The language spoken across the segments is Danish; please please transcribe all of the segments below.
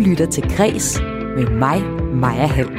lytter til Græs med mig, Maja Hall.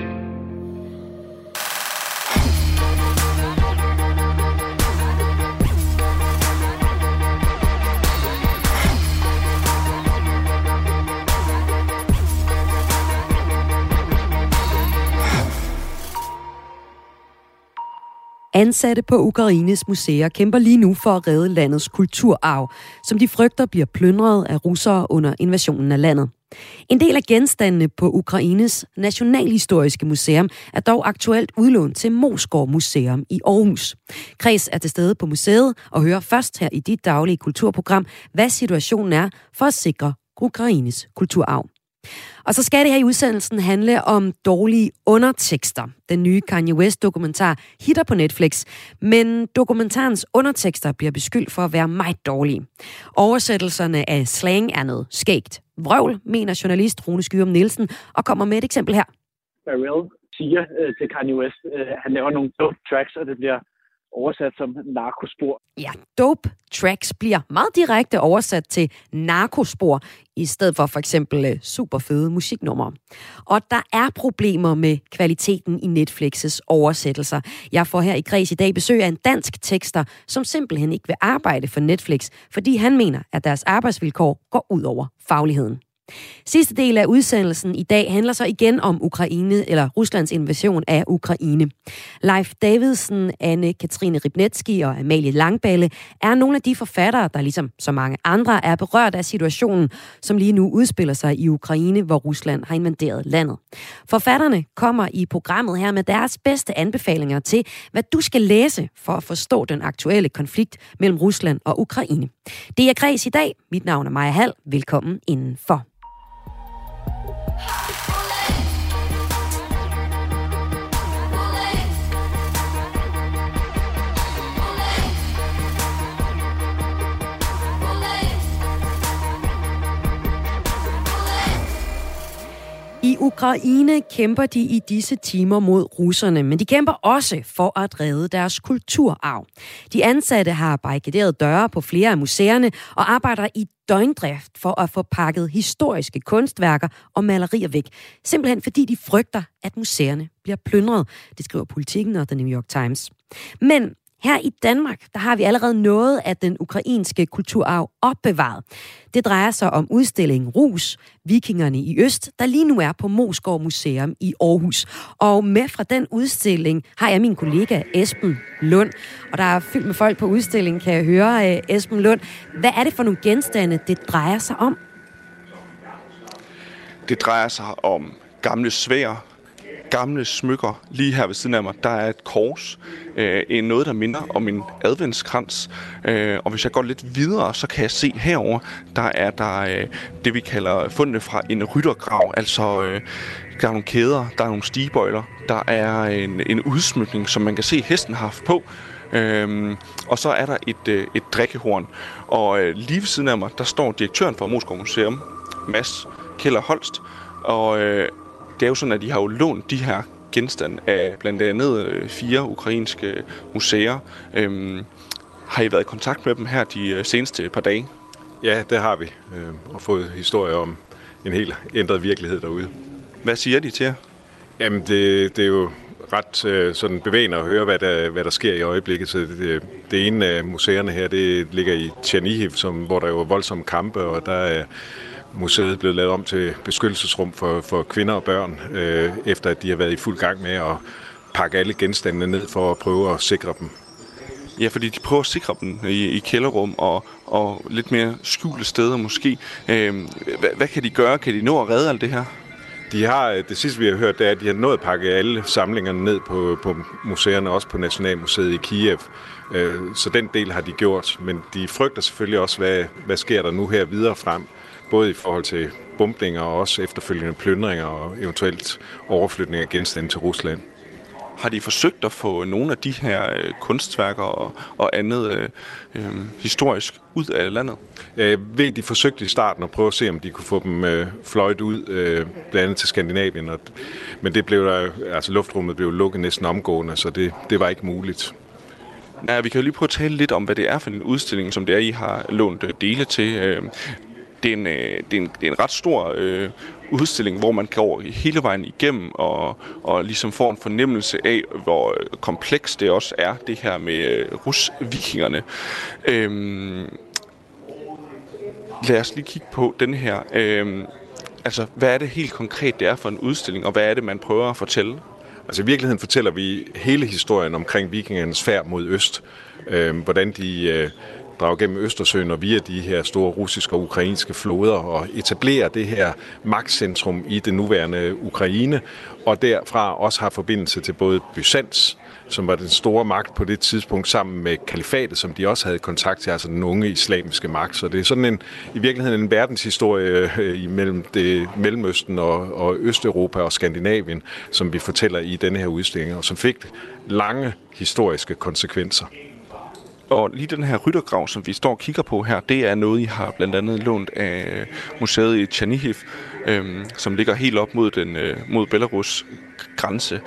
Ansatte på Ukraines museer kæmper lige nu for at redde landets kulturarv, som de frygter bliver plyndret af russere under invasionen af landet. En del af genstandene på Ukraines Nationalhistoriske Museum er dog aktuelt udlånt til Moesgaard Museum i Aarhus. Kreds er til stede på museet og hører først her i dit daglige kulturprogram, hvad situationen er for at sikre Ukraines kulturarv. Og så skal det her i udsendelsen handle om dårlige undertekster. Den nye Kanye West-dokumentar hitter på Netflix, men dokumentarens undertekster bliver beskyldt for at være meget dårlige. Oversættelserne af slang er noget skægt. Vrøvl, mener journalist Rune Skyum Nielsen, og kommer med et eksempel her. Pharrell siger til Kanye West, han laver nogle dope tracks, og det bliver oversat som narkospor. Ja, dope tracks bliver meget direkte oversat til narkospor, i stedet for eksempel superfede musiknumre. Og der er problemer med kvaliteten i Netflix's oversættelser. Jeg får her i Græs i dag besøg af en dansk tekster, som simpelthen ikke vil arbejde for Netflix, fordi han mener, at deres arbejdsvilkår går ud over fagligheden. Sidste del af udsendelsen i dag handler så igen om Ukraine, eller Ruslands invasion af Ukraine. Leif Davidsen, Anne-Katrine Ribnetsky og Amalie Langballe er nogle af de forfattere, der ligesom så mange andre er berørt af situationen, som lige nu udspiller sig i Ukraine, hvor Rusland har invaderet landet. Forfatterne kommer i programmet her med deres bedste anbefalinger til, hvad du skal læse for at forstå den aktuelle konflikt mellem Rusland og Ukraine. Det er Græs i dag. Mit navn er Maja Hall. Velkommen indenfor. I Ukraine kæmper de i disse timer mod russerne, men de kæmper også for at redde deres kulturarv. De ansatte har barrikaderet døre på flere af museerne og arbejder i døgndrift for at få pakket historiske kunstværker og malerier væk. Simpelthen fordi de frygter, at museerne bliver plyndret, det skriver Politiken og The New York Times. Men her i Danmark, der har vi allerede noget af den ukrainske kulturarv opbevaret. Det drejer sig om udstillingen Rus, Vikingerne i Øst, der lige nu er på Moesgaard Museum i Aarhus. Og med fra den udstilling har jeg min kollega Esben Lund. Og der er fyldt med folk på udstillingen, kan jeg høre, Esben Lund. Hvad er det for nogle genstande, det drejer sig om? Det drejer sig om gamle sværd, gamle smykker. Lige her ved siden af mig, der er et kors. Noget, der minder om en adventskrans. Og hvis jeg går lidt videre, så kan jeg se herover, der er der det, vi kalder fundene fra en ryttergrav. Altså, der er nogle kæder, der er nogle stigbøjler, der er en udsmykning, som man kan se, hesten har haft på. Og så er der et drikkehorn. Og lige ved siden af mig, der står direktøren for Moesgaard Museum, Mads Keller Holst. Og det er jo sådan, at de har jo lånt de her genstande af blandt andet 4 ukrainske museer. Har I været i kontakt med dem her de seneste par dage? Ja, det har vi. Og fået historier om en helt ændret virkelighed derude. Hvad siger de til jer? Jamen, det er jo ret sådan bevægende at høre, hvad der sker i øjeblikket. Så det ene af museerne her, det ligger i Chernihiv, hvor der jo er voldsomme kampe, og der er museet blevet lavet om til beskyttelsesrum for kvinder og børn, efter at de har været i fuld gang med at pakke alle genstandene ned for at prøve at sikre dem. Ja, fordi de prøver at sikre dem i kælderrum og lidt mere skjulte steder måske. Hvad kan de gøre? Kan de nå at redde alt det her? De har, det sidste vi har hørt, det er, at de har nået at pakke alle samlingerne ned på museerne, også på Nationalmuseet i Kiev. Så den del har de gjort, men de frygter selvfølgelig også, hvad sker der nu her videre frem. Både i forhold til bombninger og også efterfølgende plyndringer og eventuelt overflytning af genstande til Rusland. Har de forsøgt at få nogle af de her kunstværker og andet historisk ud af landet? De forsøgte i starten at prøve at se, om de kunne få dem fløjet ud, blandt andet til Skandinavien. Men det blev luftrummet blev lukket næsten omgående, så det var ikke muligt. Ja, vi kan jo lige prøve at tale lidt om, hvad det er for en udstilling, som det er, I har lånt dele til. Det er en ret stor udstilling, hvor man går hele vejen igennem og ligesom får en fornemmelse af, hvor komplekst det også er, det her med rusvikingerne. Lad os lige kigge på den her. Altså, hvad er det helt konkret, det er for en udstilling, og hvad er det, man prøver at fortælle? Altså i virkeligheden fortæller vi hele historien omkring vikingernes færd mod øst. Hvordan de drager gennem Østersøen og via de her store russiske og ukrainske floder og etablerer det her magtcentrum i det nuværende Ukraine, og derfra også har forbindelse til både Byzans, som var den store magt på det tidspunkt, sammen med kalifatet, som de også havde kontakt til, altså den unge islamiske magt. Så det er sådan i virkeligheden en verdenshistorie imellem det Mellemøsten og Østeuropa og Skandinavien, som vi fortæller i denne her udstilling, og som fik lange historiske konsekvenser. Og lige den her ryttergrav, som vi står og kigger på her, det er noget, I har blandt andet lånt af museet i Chernihiv, som ligger helt op mod Belarus grænse.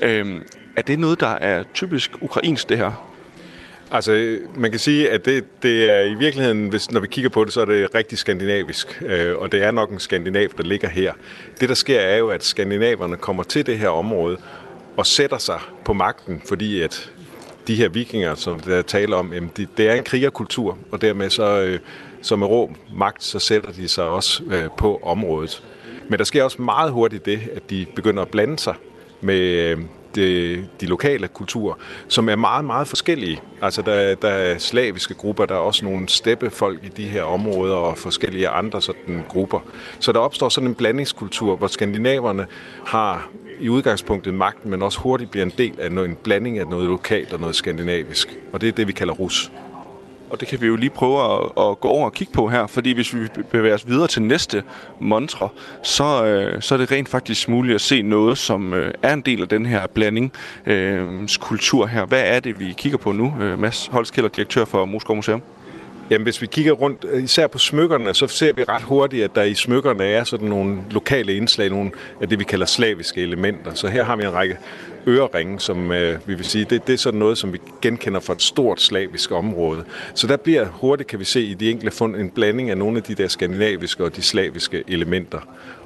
Er det noget, der er typisk ukrainsk, det her? Altså, man kan sige, at det er i virkeligheden, når vi kigger på det, så er det rigtig skandinavisk, og det er nok en skandinav, der ligger her. Det, der sker, er jo, at skandinaverne kommer til det her område og sætter sig på magten, fordi at de her vikinger, som der taler om, det er en krigerkultur, og dermed så med rå magt, så sætter de sig også på området. Men der sker også meget hurtigt det, at de begynder at blande sig med de lokale kulturer, som er meget, meget forskellige. Altså der er slaviske grupper, der er også nogle steppefolk i de her områder og forskellige andre sådan grupper. Så der opstår sådan en blandingskultur, hvor skandinaverne har i udgangspunktet magten, men også hurtigt bliver en del af en blanding af noget lokalt og noget skandinavisk. Og det er det, vi kalder rus. Og det kan vi jo lige prøve at gå over og kigge på her, fordi hvis vi bevæger os videre til næste montre, så er det rent faktisk muligt at se noget, som er en del af den her blandingskultur her. Hvad er det, vi kigger på nu? Mads Holskælder, direktør for Moesgaard Museum. Jamen, hvis vi kigger rundt, især på smykkerne, så ser vi ret hurtigt, at der i smykkerne er sådan nogle lokale indslag, nogle af det, vi kalder slaviske elementer. Så her har vi en række øreringe, som vi vil sige, det er sådan noget, som vi genkender fra et stort slavisk område. Så der bliver hurtigt, kan vi se i de enkelte fund, en blanding af nogle af de der skandinaviske og de slaviske elementer.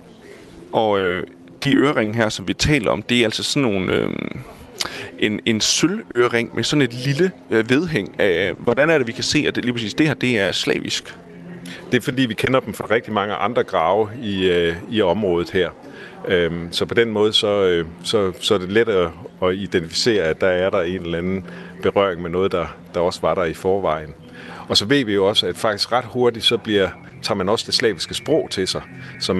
Og de øreringe her, som vi taler om, det er altså sådan nogle... En sølvørering med sådan et lille vedhæng. Hvordan er det, vi kan se, at lige præcis det her, det er slavisk? Det er fordi, vi kender dem fra rigtig mange andre grave i området her. Så på den måde, så er det let at identificere, at der er en eller anden berøring med noget, der også var der i forvejen. Og så ved vi jo også, at faktisk ret hurtigt, så tager man også det slaviske sprog til sig. Så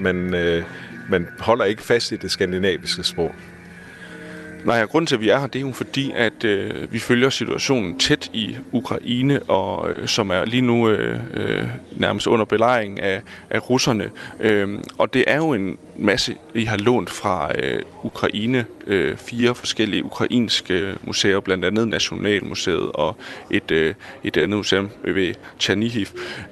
man holder ikke fast i det skandinaviske sprog. Nej, grunden til, at vi er her, det er jo fordi, at vi følger situationen tæt i Ukraine, og som er lige nu nærmest under belejring af russerne. Og det er jo en masse, I har lånt fra Ukraine. 4 forskellige ukrainske museer, blandt andet Nationalmuseet og et andet museum ved Chernihiv.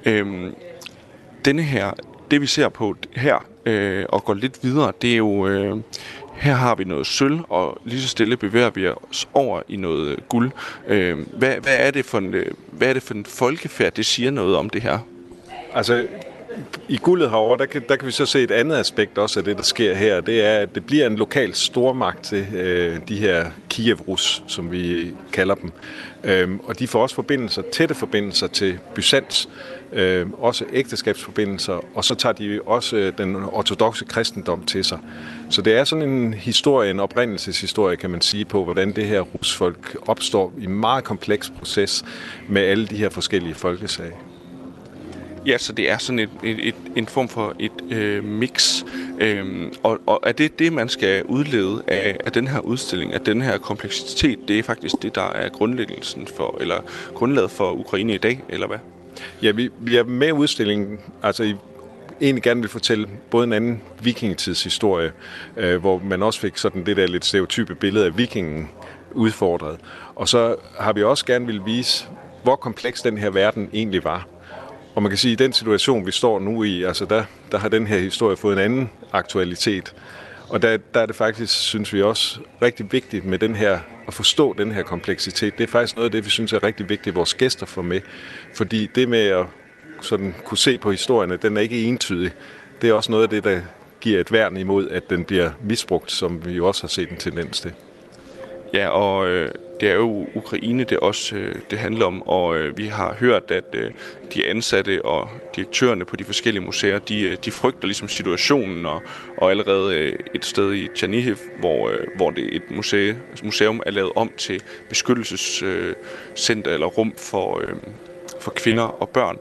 Denne her, det vi ser på her, og går lidt videre, det er jo... Her har vi noget sølv, og lige så stille bevæger vi os over i noget guld. Hvad er det for en folkefærd, det siger noget om det her? Altså, i guldet herovre, der kan vi så se et andet aspekt også af det, der sker her. Det er, at det bliver en lokal stormagt til de her Kiev-Rus, som vi kalder dem. Og de får også tætte forbindelser til Byzans, også ægteskabsforbindelser, og så tager de også den ortodokse kristendom til sig. Så det er sådan en oprindelseshistorie, kan man sige, på hvordan det her rusfolk opstår i en meget kompleks proces med alle de her forskellige folkeslag. Ja, så det er sådan en form for et mix. Og er det, man skal udlede af den her udstilling, at den her kompleksitet, det er faktisk det, der er grundlaget for Ukraine i dag, eller hvad? Ja, vi er med udstillingen, altså egentlig gerne vil fortælle både en anden vikingetidshistorie, hvor man også fik sådan det der lidt stereotype billede af vikingen udfordret. Og så har vi også gerne vil vise, hvor kompleks den her verden egentlig var. Og man kan sige, at i den situation, vi står nu i, altså der har den her historie fået en anden aktualitet. Og der er det faktisk, synes vi også, rigtig vigtigt med den her, at forstå den her kompleksitet. Det er faktisk noget af det, vi synes er rigtig vigtigt, at vores gæster får med. Fordi det med at sådan kunne se på historierne, den er ikke entydig. Det er også noget af det, der giver et værn imod, at den bliver misbrugt, som vi jo også har set en tendens til. Ja, og det er jo Ukraine, det også det handler om, og vi har hørt, at de ansatte og direktørerne på de forskellige museer, de frygter ligesom situationen, og allerede et sted i Chernihiv, hvor det et museum er lavet om til beskyttelsescenter eller rum for kvinder og børn.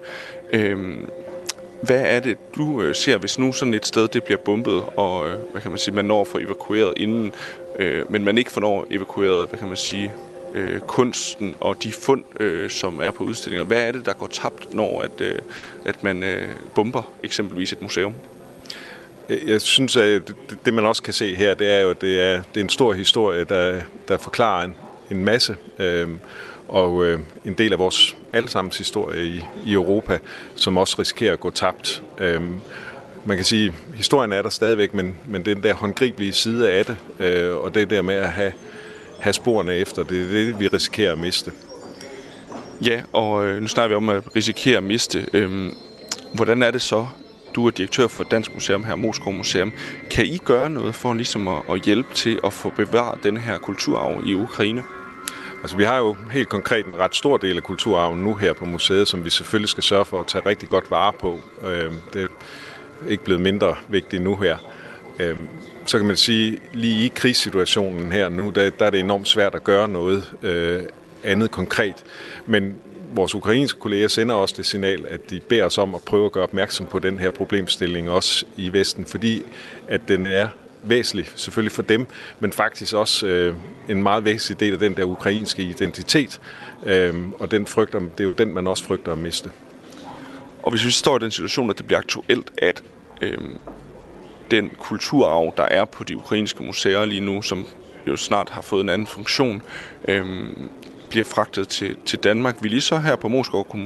Hvad er det, du ser, hvis nu sådan et sted det bliver bombet, og hvad kan man sige, man når at få evakueret inden, men man ikke får evakueret, hvad kan man sige, kunsten og de fund, som er på udstillinger. Hvad er det, der går tabt, når at man bomber eksempelvis et museum? Jeg synes, at det man også kan se her, det er jo, at det er en stor historie, der forklarer en masse, og en del af vores allesammens historie i Europa, som også risikerer at gå tabt. Man kan sige, at historien er der stadigvæk, men den der håndgribelige side af det, og det der med at have sporene efter, det er det, vi risikerer at miste. Ja, og nu snakker vi om at risikere at miste. Hvordan er det så? Du er direktør for Dansk Museum her, Moskov Museum. Kan I gøre noget for ligesom at hjælpe til at få bevaret den her kulturarv i Ukraine? Altså, vi har jo helt konkret en ret stor del af kulturarven nu her på museet, som vi selvfølgelig skal sørge for at tage rigtig godt vare på. Det er ikke blevet mindre vigtigt nu her. Så kan man sige, lige i krigssituationen her nu, der er det enormt svært at gøre noget andet konkret. Men vores ukrainske kolleger sender også det signal, at de beder os om at prøve at gøre opmærksom på den her problemstilling også i Vesten, fordi at den er væsentlig selvfølgelig for dem, men faktisk også en meget væsentlig del af den der ukrainske identitet, og den frygter, det er jo den, man også frygter at miste. Og hvis vi står i den situation, at det bliver aktuelt, at den kulturarv, der er på de ukrainske museer lige nu, som jo snart har fået en anden funktion, bliver fragtet til Danmark, vil I så her på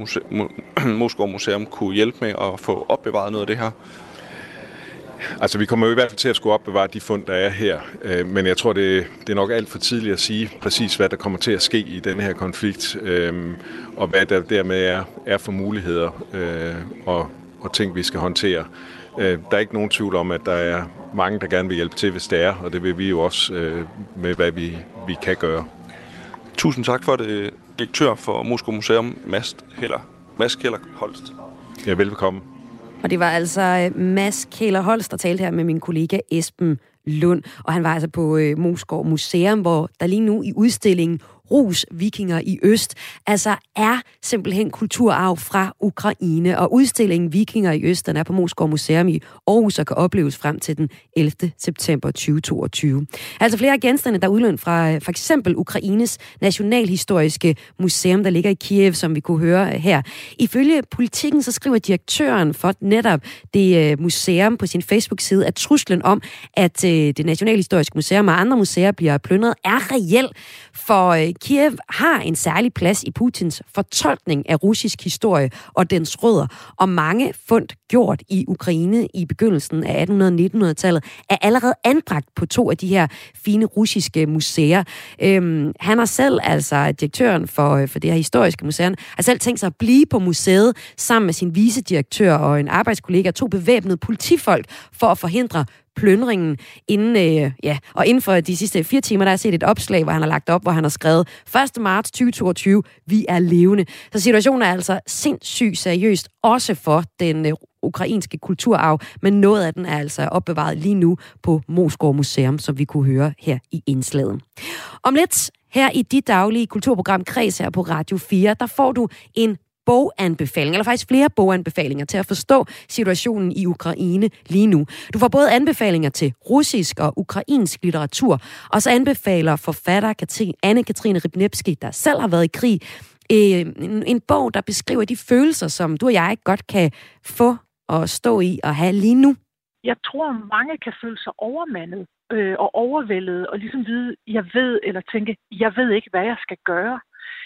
Moskov Museum kunne hjælpe med at få opbevaret noget af det her? Altså, vi kommer jo i hvert fald til at skulle opbevare de fund, der er her. Men jeg tror, det er nok alt for tidligt at sige præcis, hvad der kommer til at ske i denne her konflikt, og hvad der dermed er for muligheder og ting, vi skal håndtere. Der er ikke nogen tvivl om, at der er mange, der gerne vil hjælpe til, hvis det er, og det vil vi jo også med, hvad vi kan gøre. Tusind tak for det, direktør for Moskov Museum, Mads Keller Holst. Ja, velbekomme. Og det var altså Mads Keller Holst, der talte her med min kollega Esben Lund. Og han var altså på Moskov Museum, hvor der lige nu i udstillingen Rus Vikinger i Øst, altså er simpelthen kulturarv fra Ukraine. Og udstillingen Vikinger i Øst, den er på Moskov Museum i Aarhus og kan opleves frem til den 11. september 2022. Altså flere genstande, der er udlånt fra for eksempel Ukraines Nationalhistoriske Museum, der ligger i Kiev, som vi kunne høre her. Ifølge Politikken, så skriver direktøren for netop det museum på sin Facebook-side, at truslen om, at det Nationalhistoriske Museum og andre museer bliver plyndret, er reel, for Kiev har en særlig plads i Putins fortolkning af russisk historie og dens rødder, og mange fund gjort i Ukraine i begyndelsen af 1800-1900-tallet er allerede anbragt på 2 af de her fine russiske museer. Han har selv, altså direktøren for det her historiske museum, har selv tænkt sig at blive på museet sammen med sin vicedirektør og en arbejdskollega, 2 bevæbnede politifolk, for at forhindre plyndringen inden for de sidste 4 timer, der har jeg set et opslag, hvor han har lagt op, hvor han har skrevet 1. marts 2022, vi er levende. Så situationen er altså sindssygt seriøst, også for den ukrainske kulturarv, men noget af den er altså opbevaret lige nu på Moskov Museum, som vi kunne høre her i indslaget. Om lidt her i dit daglige kulturprogram Kreds her på Radio 4, der får du en boganbefaling, eller faktisk flere boganbefalinger til at forstå situationen i Ukraine lige nu. Du får både anbefalinger til russisk og ukrainsk litteratur, og så anbefaler forfatter Anne-Katrine Ribnevsky, der selv har været i krig, en bog, der beskriver de følelser, som du og jeg godt kan få og stå i og have lige nu. Jeg tror, mange kan føle sig overmandet og overvældet, og ligesom vide, jeg ved, eller tænke, jeg ved ikke, hvad jeg skal gøre.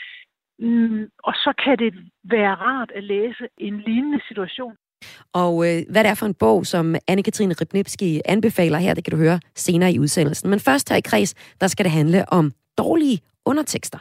Og så kan det være rart at læse en lignende situation. Og hvad det er for en bog, som Anne-Katrine Ribnevsky anbefaler her, det kan du høre senere i udsendelsen. Men først her i Kreds, der skal det handle om dårlige undertekster.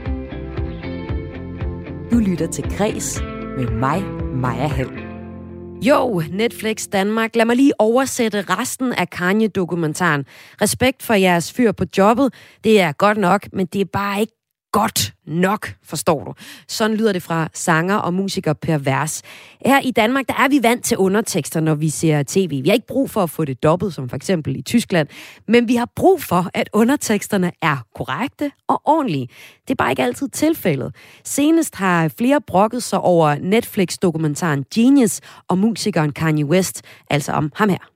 Du lytter til Kreds med mig, Maja Hall. Jo, Netflix Danmark. Lad mig lige oversætte resten af Kanye-dokumentaren. Respekt for jeres fyr på jobbet. Det er godt nok, men det er bare ikke godt nok, forstår du. Sådan lyder det fra sanger og musiker Per Vers. Her i Danmark, der er vi vant til undertekster, når vi ser tv. Vi har ikke brug for at få det dobbelt, som for eksempel i Tyskland, men vi har brug for, at underteksterne er korrekte og ordentlige. Det er bare ikke altid tilfældet. Senest har flere brokket sig over Netflix-dokumentaren Genius og musikeren Kanye West, altså om ham her.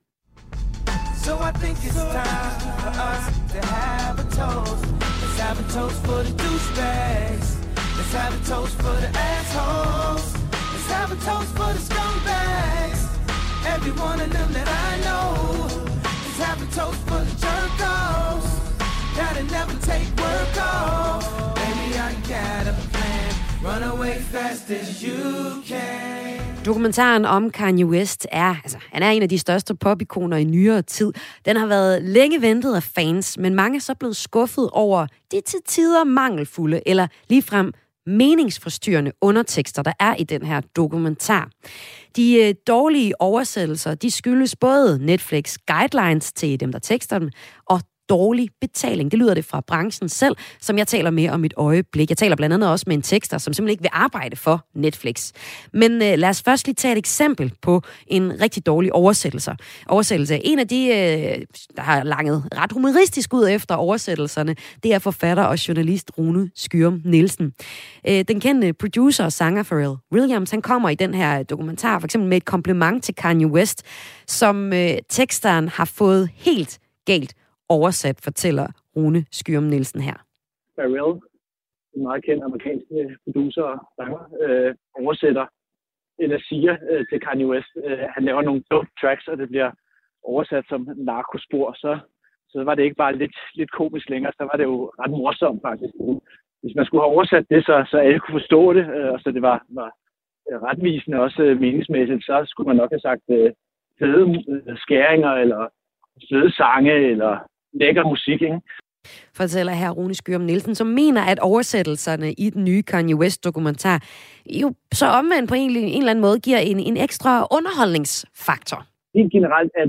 So I think it's time for us to have a toast. Let's have a toast for the douchebags. Let's have a toast for the assholes. Let's have a toast for the scumbags. Every one of them that I know. Let's have a toast for the jerk-offs that'll never take work off. Baby, I got a plan. Run away fast as you can. Dokumentaren om Kanye West han er en af de største popikoner i nyere tid. Den har været længe ventet af fans, men mange er så blevet skuffet over de til tider mangelfulde eller ligefrem meningsforstyrrende undertekster, der er i den her dokumentar. De dårlige oversættelser, de skyldes både Netflix guidelines til dem, der tekster dem, og dårlig betaling. Det lyder det fra branchen selv, som jeg taler med om et øjeblik. Jeg taler blandt andet også med en tekster, som simpelthen ikke vil arbejde for Netflix. Men lad os først lige tage et eksempel på en rigtig dårlig oversættelse. En af de, der har langet ret humoristisk ud efter oversættelserne, det er forfatter og journalist Rune Skyum Nielsen. Den kendte producer og sanger Pharrell Williams, han kommer i den her dokumentar for eksempel med et kompliment til Kanye West, som teksteren har fået helt galt oversat, fortæller Rune Skyum Nielsen her. Pharrell, en meget kendt amerikansk producer og sanger, oversætter eller siger til Kanye West, han laver nogle dope tracks, og det bliver oversat som narkospor, så var det ikke bare lidt komisk længere, så var det jo ret morsomt faktisk. Hvis man skulle have oversat det, så alle kunne forstå det, og så det var retvisende også meningsmæssigt, så skulle man nok have sagt fede skæringer, eller fede sange, eller lækker musik, ikke? Fortæller her Rune Skyum Nielsen, som mener, at oversættelserne i den nye Kanye West-dokumentar jo så omvendt på en eller anden måde giver en ekstra underholdningsfaktor. Helt generelt er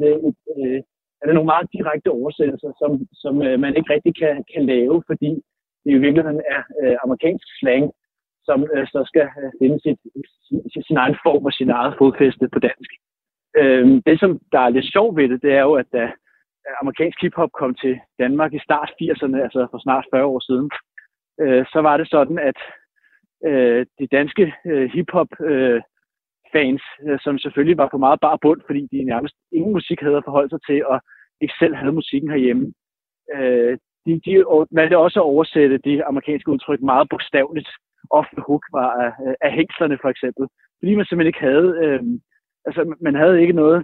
det nogle meget direkte oversættelser, som man ikke rigtig kan lave, fordi det i virkeligheden er amerikansk slang, som så skal finde sin egen form og sin eget fodfæste på dansk. Det, som der er lidt sjovt ved det er jo, at da amerikansk hiphop kom til Danmark i start 80'erne, altså for snart 40 år siden, så var det sådan, at de danske hiphop-fans, som selvfølgelig var på meget bar bund, fordi de nærmest ingen musik havde at forholde sig til, og ikke selv havde musikken herhjemme, de valgte også at oversætte de amerikanske udtryk meget bogstaveligt. Ofte hook var af hængslerne for eksempel, fordi man simpelthen ikke havde, man havde ikke noget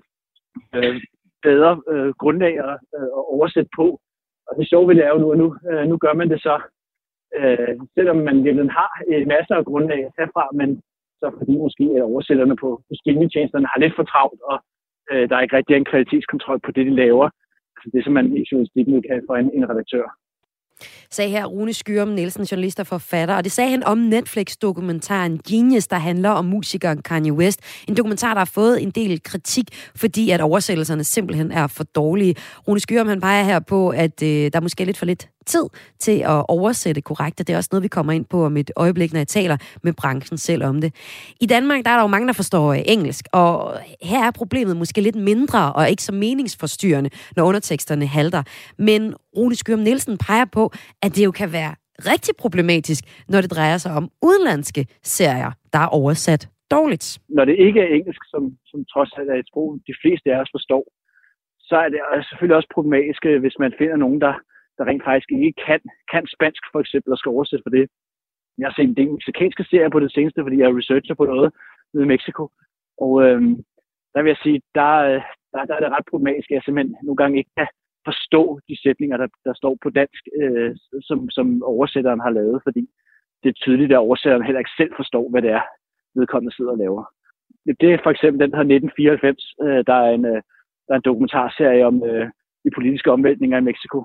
bedre grundlag at oversætte på. Og det sjove ved det er jo nu gør man det så, selvom man virkelig har masser af grundlag at tage fra, men så fordi måske oversætterne på streamingtjenesterne har lidt for travlt, og der er ikke rigtig en kvalitetskontrol på det, de laver. Altså det, som man i journalistikken kan få en redaktør. Sagde her Rune Skyum Nielsen, journalist og forfatter, og det sagde han om Netflix-dokumentaren Genius, der handler om musikeren Kanye West. En dokumentar, der har fået en del kritik, fordi at oversættelserne simpelthen er for dårlige. Rune Skyum, han peger her på, at der måske er lidt for lidt tid til at oversætte korrekt, og det er også noget, vi kommer ind på om et øjeblik, når jeg taler med branchen selv om det. I Danmark, der er der jo mange, der forstår engelsk, og her er problemet måske lidt mindre og ikke så meningsforstyrrende, når underteksterne halter. Men Rune Skyum Nielsen peger på, at det jo kan være rigtig problematisk, når det drejer sig om udenlandske serier, der er oversat dårligt. Når det ikke er engelsk, som trods alt er et sprog, de fleste af os forstår, så er det selvfølgelig også problematisk, hvis man finder nogen, der rent faktisk ikke kan spansk, for eksempel, og skal oversætte for det. Jeg har set en del mexikanske serier på det seneste, fordi jeg researcher på noget nede i Mexico. Og der vil jeg sige, der er det ret problematisk, at jeg simpelthen nogle gange ikke kan forstå de sætninger, der står på dansk, som oversætteren har lavet, fordi det er tydeligt, at oversætteren heller ikke selv forstår, hvad det er, vedkommende sidder og laver. Det er for eksempel den her 1994, der er en dokumentarserie om de politiske omvæltninger i Mexico.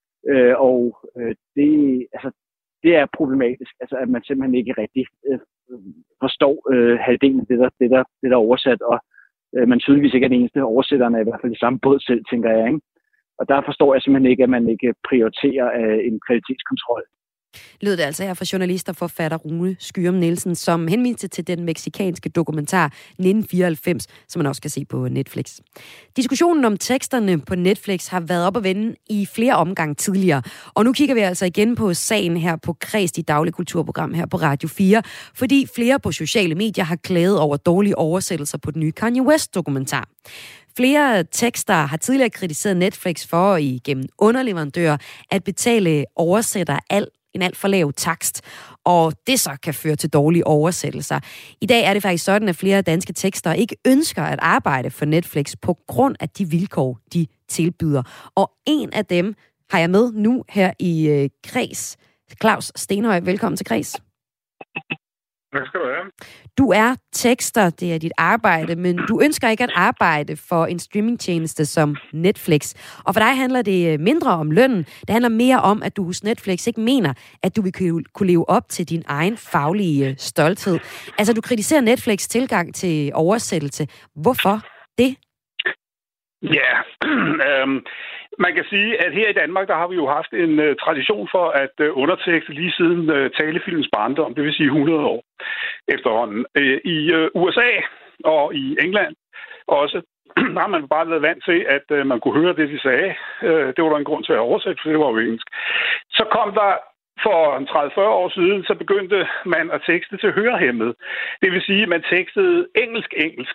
Det er problematisk, altså at man simpelthen ikke rigtig forstår halvdelen af det der er oversat, og man tydeligvis ikke er den eneste. Oversætterne er i hvert fald i samme båd selv, tænker jeg, ikke? Og der forstår jeg simpelthen ikke, at man ikke prioriterer en kvalitetskontrol. Lød det altså her fra journalist og forfatter Rune Skyum Nielsen, som henviste til den meksikanske dokumentar 1994, som man også kan se på Netflix. Diskussionen om teksterne på Netflix har været op at vende i flere omgange tidligere, og nu kigger vi altså igen på sagen her på Kreds, de daglige kulturprogram her på Radio 4, fordi flere på sociale medier har klaget over dårlige oversættelser på den nye Kanye West-dokumentar. Flere tekster har tidligere kritiseret Netflix for igennem underleverandører at betale oversætter en alt for lav takst, og det så kan føre til dårlige oversættelser. I dag er det faktisk sådan, at flere danske tekster ikke ønsker at arbejde for Netflix på grund af de vilkår, de tilbyder. Og en af dem har jeg med nu her i Kreds. Claus Stenhøj, velkommen til Kreds. Tak skal du have. Du er tekster, det er dit arbejde, men du ønsker ikke at arbejde for en streamingtjeneste som Netflix. Og for dig handler det mindre om lønnen. Det handler mere om, at du hos Netflix ikke mener, at du vil kunne leve op til din egen faglige stolthed. Altså, du kritiserer Netflix tilgang til oversættelse. Hvorfor det? Ja, man kan sige, at her i Danmark, der har vi jo haft en tradition for at undertekste lige siden talefilmens barndom, det vil sige 100 år efterhånden. I USA og i England også, der har man bare været vant til, at man kunne høre det, de sagde. Det var der en grund til at oversætte, for det var jo engelsk. Så kom der for 30-40 år siden, så begyndte man at tekste til hørehæmmede. Det vil sige, at man tekstede engelsk.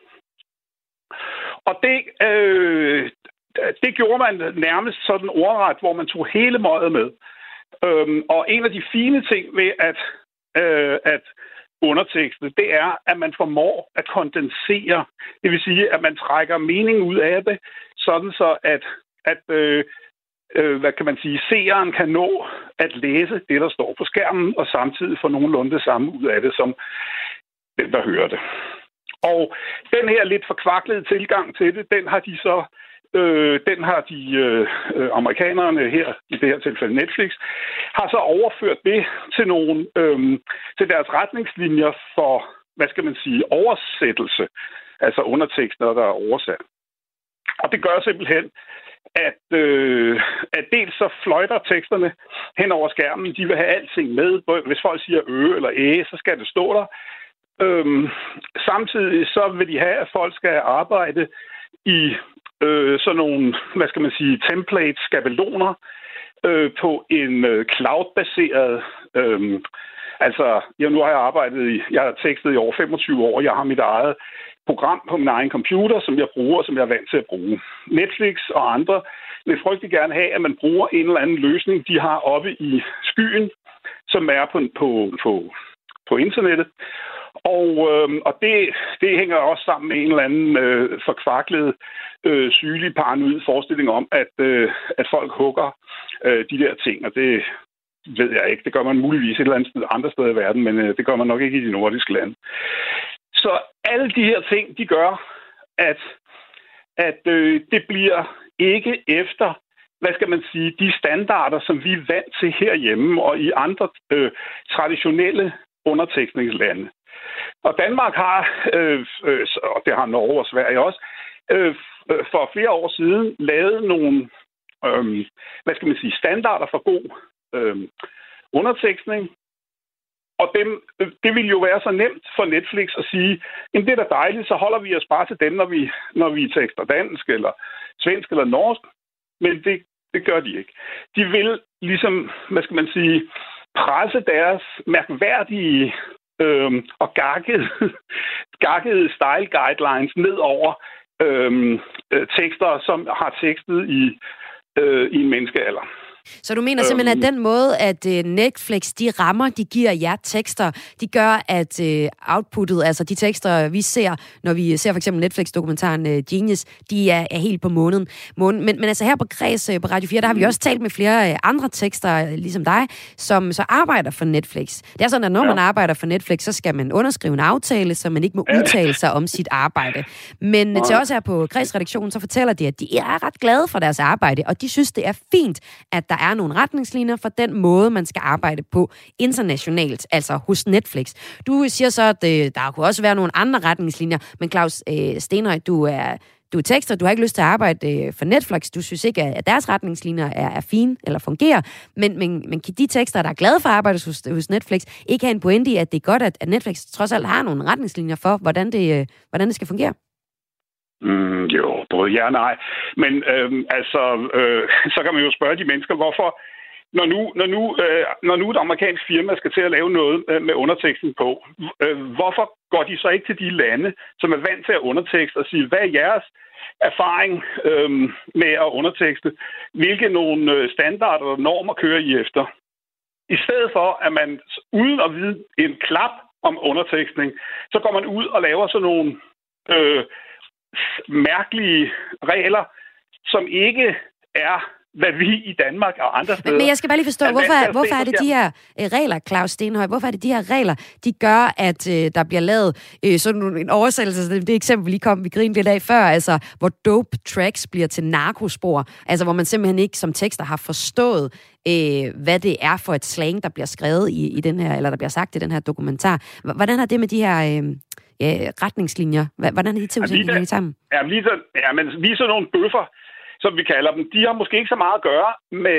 Og det gjorde man nærmest sådan ordret, hvor man tog hele møget med. Og en af de fine ting ved at undertekste, det er, at man formår at kondensere. Det vil sige, at man trækker mening ud af det, sådan så at hvad kan man sige, seeren kan nå at læse det, der står på skærmen, og samtidig få nogenlunde det samme ud af det, som den, der hører det. Og den her lidt forkvaklede tilgang til det, den har de amerikanerne her, i det her tilfælde Netflix, har så overført det til til deres retningslinjer for, hvad skal man sige, oversættelse, altså undertekster, der er oversat. Og det gør simpelthen, at dels så fløjter teksterne hen over skærmen, de vil have alting med. Hvis folk siger eller æ, så skal det stå der. Samtidig så vil de have, at folk skal arbejde i sådan nogle, hvad skal man sige, templates, skabeloner på en cloud-baseret, nu har jeg har tekstet i over 25 år, jeg har mit eget program på min egen computer, som jeg bruger, som jeg er vant til at bruge. Netflix og andre vil frygtelig gerne have, at man bruger en eller anden løsning, de har oppe i skyen, som er på internettet. Og det hænger også sammen med en eller anden forkvaklet, sygelig, paranoid forestilling om, at folk hugger de der ting, og det ved jeg ikke. Det gør man muligvis et eller andet sted, andre steder i verden, men det gør man nok ikke i de nordiske lande. Så alle de her ting, de gør, at det bliver ikke efter, hvad skal man sige, de standarder, som vi er vant til herhjemme og i andre traditionelle undertekstningslande. Og Danmark har, og det har Norge og Sverige også, for flere år siden lavet nogle, hvad skal man sige, standarder for god undertekstning. Og det vil jo være så nemt for Netflix at sige, jamen det er da dejligt, så holder vi os bare til dem, når vi tekster dansk eller svensk eller norsk. Men det gør de ikke. De vil ligesom, hvad skal man sige, presse deres mærkværdige og gakkede style guidelines ned over tekster, som har tekstet i en menneskealder. Så du mener simpelthen, at den måde, at Netflix, de rammer, de giver jer tekster, de gør, at outputtet, altså de tekster, vi ser, når vi ser for eksempel Netflix-dokumentaren Genius, de er helt på månen. Men altså her på Kreds på Radio 4, der har vi også talt med flere andre tekster, ligesom dig, som så arbejder for Netflix. Det er sådan, at når man arbejder for Netflix, så skal man underskrive en aftale, så man ikke må udtale sig om sit arbejde. Men til os her på Kreds-redaktionen, så fortæller de, at de er ret glade for deres arbejde, og de synes, det er fint, at der er nogle retningslinjer for den måde, man skal arbejde på internationalt, altså hos Netflix. Du siger så, at der kunne også være nogle andre retningslinjer, men Claus Stenhøj, du er tekster, du har ikke lyst til at arbejde for Netflix, du synes ikke, at deres retningslinjer er fine eller fungerer, men kan de tekster, der er glade for at arbejde hos Netflix, ikke have en pointe i, at det er godt, at Netflix trods alt har nogle retningslinjer for, hvordan det skal fungere? Jo, både ja og nej. Men så kan man jo spørge de mennesker, hvorfor, når nu et amerikansk firma skal til at lave noget med underteksten på, hvorfor går de så ikke til de lande, som er vant til at undertekste og sige, hvad er jeres erfaring med at undertekste? Hvilke nogle standarder og normer kører I efter? I stedet for, at man uden at vide en klap om undertekstning, så går man ud og laver sådan nogle mærkelige regler, som ikke er, hvad vi i Danmark og andre steder... Men jeg skal bare lige forstå, hvorfor er det de her regler, Claus Stenhøj, hvorfor er det de her regler, de gør, at der bliver lavet sådan en oversættelse, det eksempel, vi grinede lidt af før, altså hvor dope tracks bliver til narkospor, altså hvor man simpelthen ikke som tekster har forstået, hvad det er for et slang, der bliver skrevet i den her, eller der bliver sagt i den her dokumentar. Hvordan er det med de her... retningslinjer? Hvordan er de til at sammen? Men vi er sådan nogle bøffer, som vi kalder dem. De har måske ikke så meget at gøre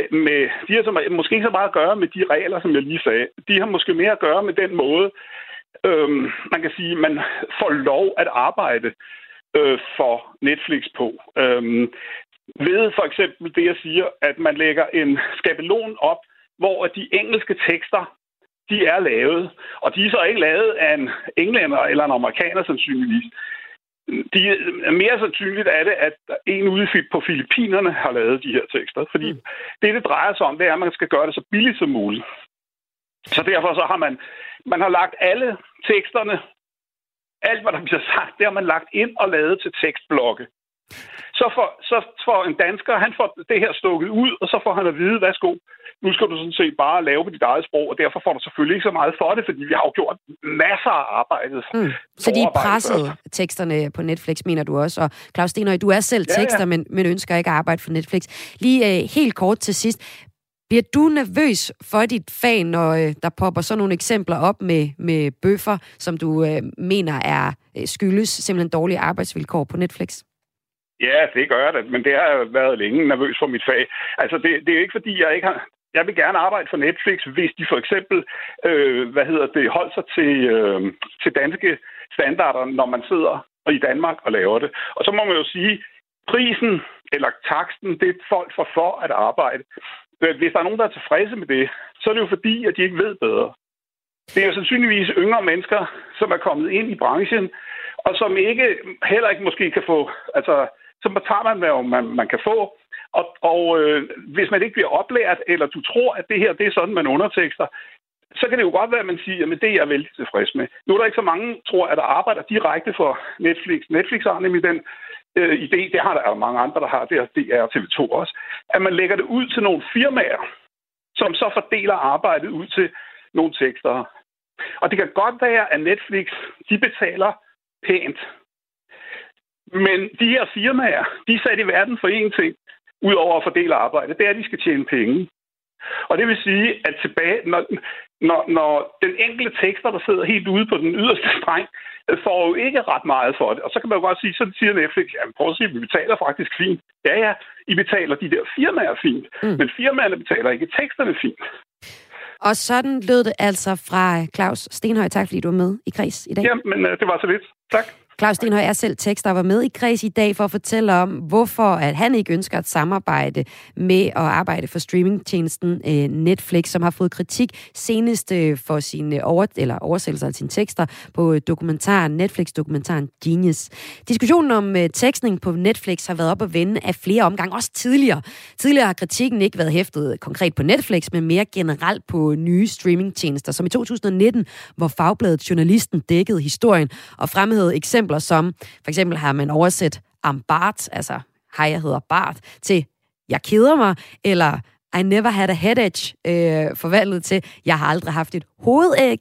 med de regler, som jeg lige sagde. De har måske mere at gøre med den måde, man kan sige, man får lov at arbejde for Netflix på. Ved for eksempel det, jeg siger, at man lægger en skabelon op, hvor de engelske tekster de er lavet, og de er så ikke lavet af en englænder eller en amerikaner sandsynligvis. Mere sandsynligt er det, at en ude på Filippinerne har lavet de her tekster, fordi det drejer sig om, det er, at man skal gøre det så billigt som muligt. Så derfor så har man har lagt alle teksterne, alt hvad der bliver sagt, det har man lagt ind og lavet til tekstblokke. Så får en dansker, han får det her stukket ud, og så får han at vide, værsgo, nu skal du sådan set bare lave på dit eget sprog, og derfor får du selvfølgelig ikke så meget for det, fordi vi har jo gjort masser af arbejdet. Så de pressede teksterne på Netflix, mener du også? Og Claus Stenhøj, du er selv tekster, men ønsker ikke at arbejde for Netflix. Lige helt kort til sidst. Bliver du nervøs for dit fag, når der popper sådan nogle eksempler op med bøffer, som du mener skyldes simpelthen dårlige arbejdsvilkår på Netflix? Ja, det gør jeg da, men det har jeg været længe nervøs for mit fag. Altså, det er jo ikke, fordi jeg ikke har... Jeg vil gerne arbejde for Netflix, hvis de for eksempel, holder sig til danske standarder, når man sidder i Danmark og laver det. Og så må man jo sige, prisen eller taksten, det er folk for at arbejde. Hvis der er nogen, der er tilfredse med det, så er det jo fordi, at de ikke ved bedre. Det er jo sandsynligvis yngre mennesker, som er kommet ind i branchen, og som heller ikke måske kan få... Altså, så tager man, hvad man kan få. Og hvis man ikke bliver oplært, eller du tror, at det her det er sådan, man undertekster, så kan det jo godt være, at man siger, at det er jeg vældig tilfreds med. Nu er der ikke så mange, tror jeg, der arbejder direkte for Netflix. Netflix har nemlig den idé, det har der mange andre, der har, det er TV2 også, at man lægger det ud til nogle firmaer, som så fordeler arbejdet ud til nogle tekster. Og det kan godt være, at Netflix, de betaler pænt. Men de her firmaer, de er sat i verden for én ting, udover at fordele arbejde, det er, at de skal tjene penge. Og det vil sige, at tilbage, når den enkelte tekster, der sidder helt ude på den yderste streng, får jo ikke ret meget for det. Og så kan man jo godt sige, så siger Netflix, jamen prøv at sige, vi betaler faktisk fint. Ja, I betaler de der firmaer fint, men firmaerne betaler ikke teksterne fint. Og sådan lød det altså fra Claus Stenhøj. Tak fordi du var med i Kreds i dag. Jamen, det var så lidt. Tak. Claus Stenhøj er selv tekster og var med i Kreds i dag for at fortælle om, hvorfor at han ikke ønsker at samarbejde med at arbejde for streamingtjenesten Netflix, som har fået kritik senest for sine oversættelser af sine tekster på Netflix-dokumentaren Genius. Diskussionen om tekstning på Netflix har været op at vende af flere omgange, også tidligere. Tidligere har kritikken ikke været hæftet konkret på Netflix, men mere generelt på nye streamingtjenester, som i 2019, hvor fagbladet Journalisten dækkede historien og fremhævede eksempler som, for eksempel har man oversat I'm Bart, altså hej, jeg hedder Bart, til jeg keder mig, eller I never had a headache, forvandlet til jeg har aldrig haft et hovedæg.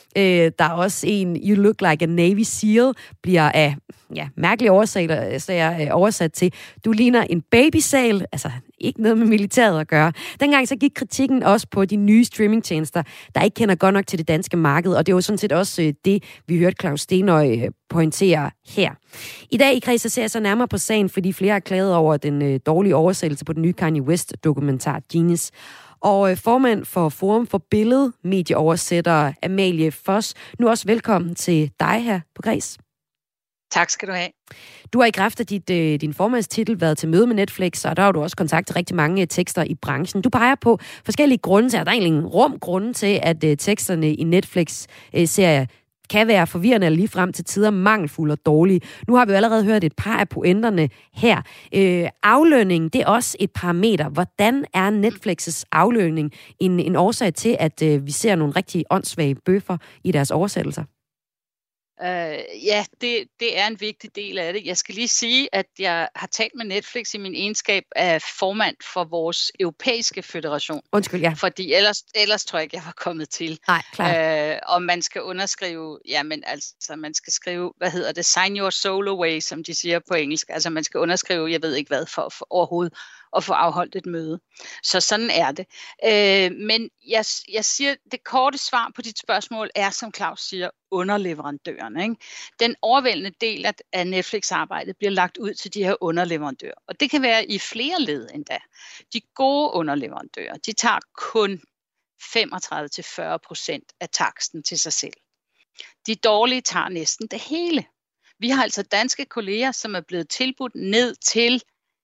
Der er også en, You Look Like a Navy SEAL, bliver af mærkelige årsager oversat til, du ligner en babysal, altså ikke noget med militæret at gøre. Dengang så gik kritikken også på de nye streamingtjenester, der ikke kender godt nok til det danske marked, og det var sådan set også det, vi hørte Claus Stenøj pointere her. I dag i Kreds ser jeg så nærmere på sagen, fordi flere har klaget over den dårlige oversættelse på den nye Kanye West-dokumentar Genius. Og formand for Forum for Billedmedieoversættere, Amalie Foss, nu også velkommen til dig her på Kreds. Tak skal du have. Du har i kraft af din formandstitel været til møde med Netflix, og der har du også kontaktet rigtig mange tekster i branchen. Du peger på forskellige grunde til, at der er egentlig en grunde til, at teksterne i Netflix-serier kan være forvirrende eller ligefrem til tider mangelfulde og dårlige. Nu har vi jo allerede hørt et par af pointerne her. Aflønning, det er også et parameter. Hvordan er Netflix's aflønning en årsag til, at vi ser nogle rigtig åndssvage bøffer i deres oversættelser? Ja, det er en vigtig del af det. Jeg skal lige sige, at jeg har talt med Netflix i min egenskab af formand for vores europæiske føderation. Undskyld, ja. Fordi ellers tror jeg ikke, jeg var kommet til. Nej, klart. Og man skal underskrive, man skal skrive, sign your soul away, som de siger på engelsk. Altså man skal underskrive, jeg ved ikke hvad, for overhovedet at få afholdt et møde. Så sådan er det. Men jeg siger, det korte svar på dit spørgsmål er, som Claus siger, underleverandørerne. Ikke? Den overvældende del af Netflix-arbejdet bliver lagt ud til de her underleverandører. Og det kan være i flere led endda. De gode underleverandører, de tager kun 35-40% af taksten til sig selv. De dårlige tager næsten det hele. Vi har altså danske kolleger, som er blevet tilbudt ned til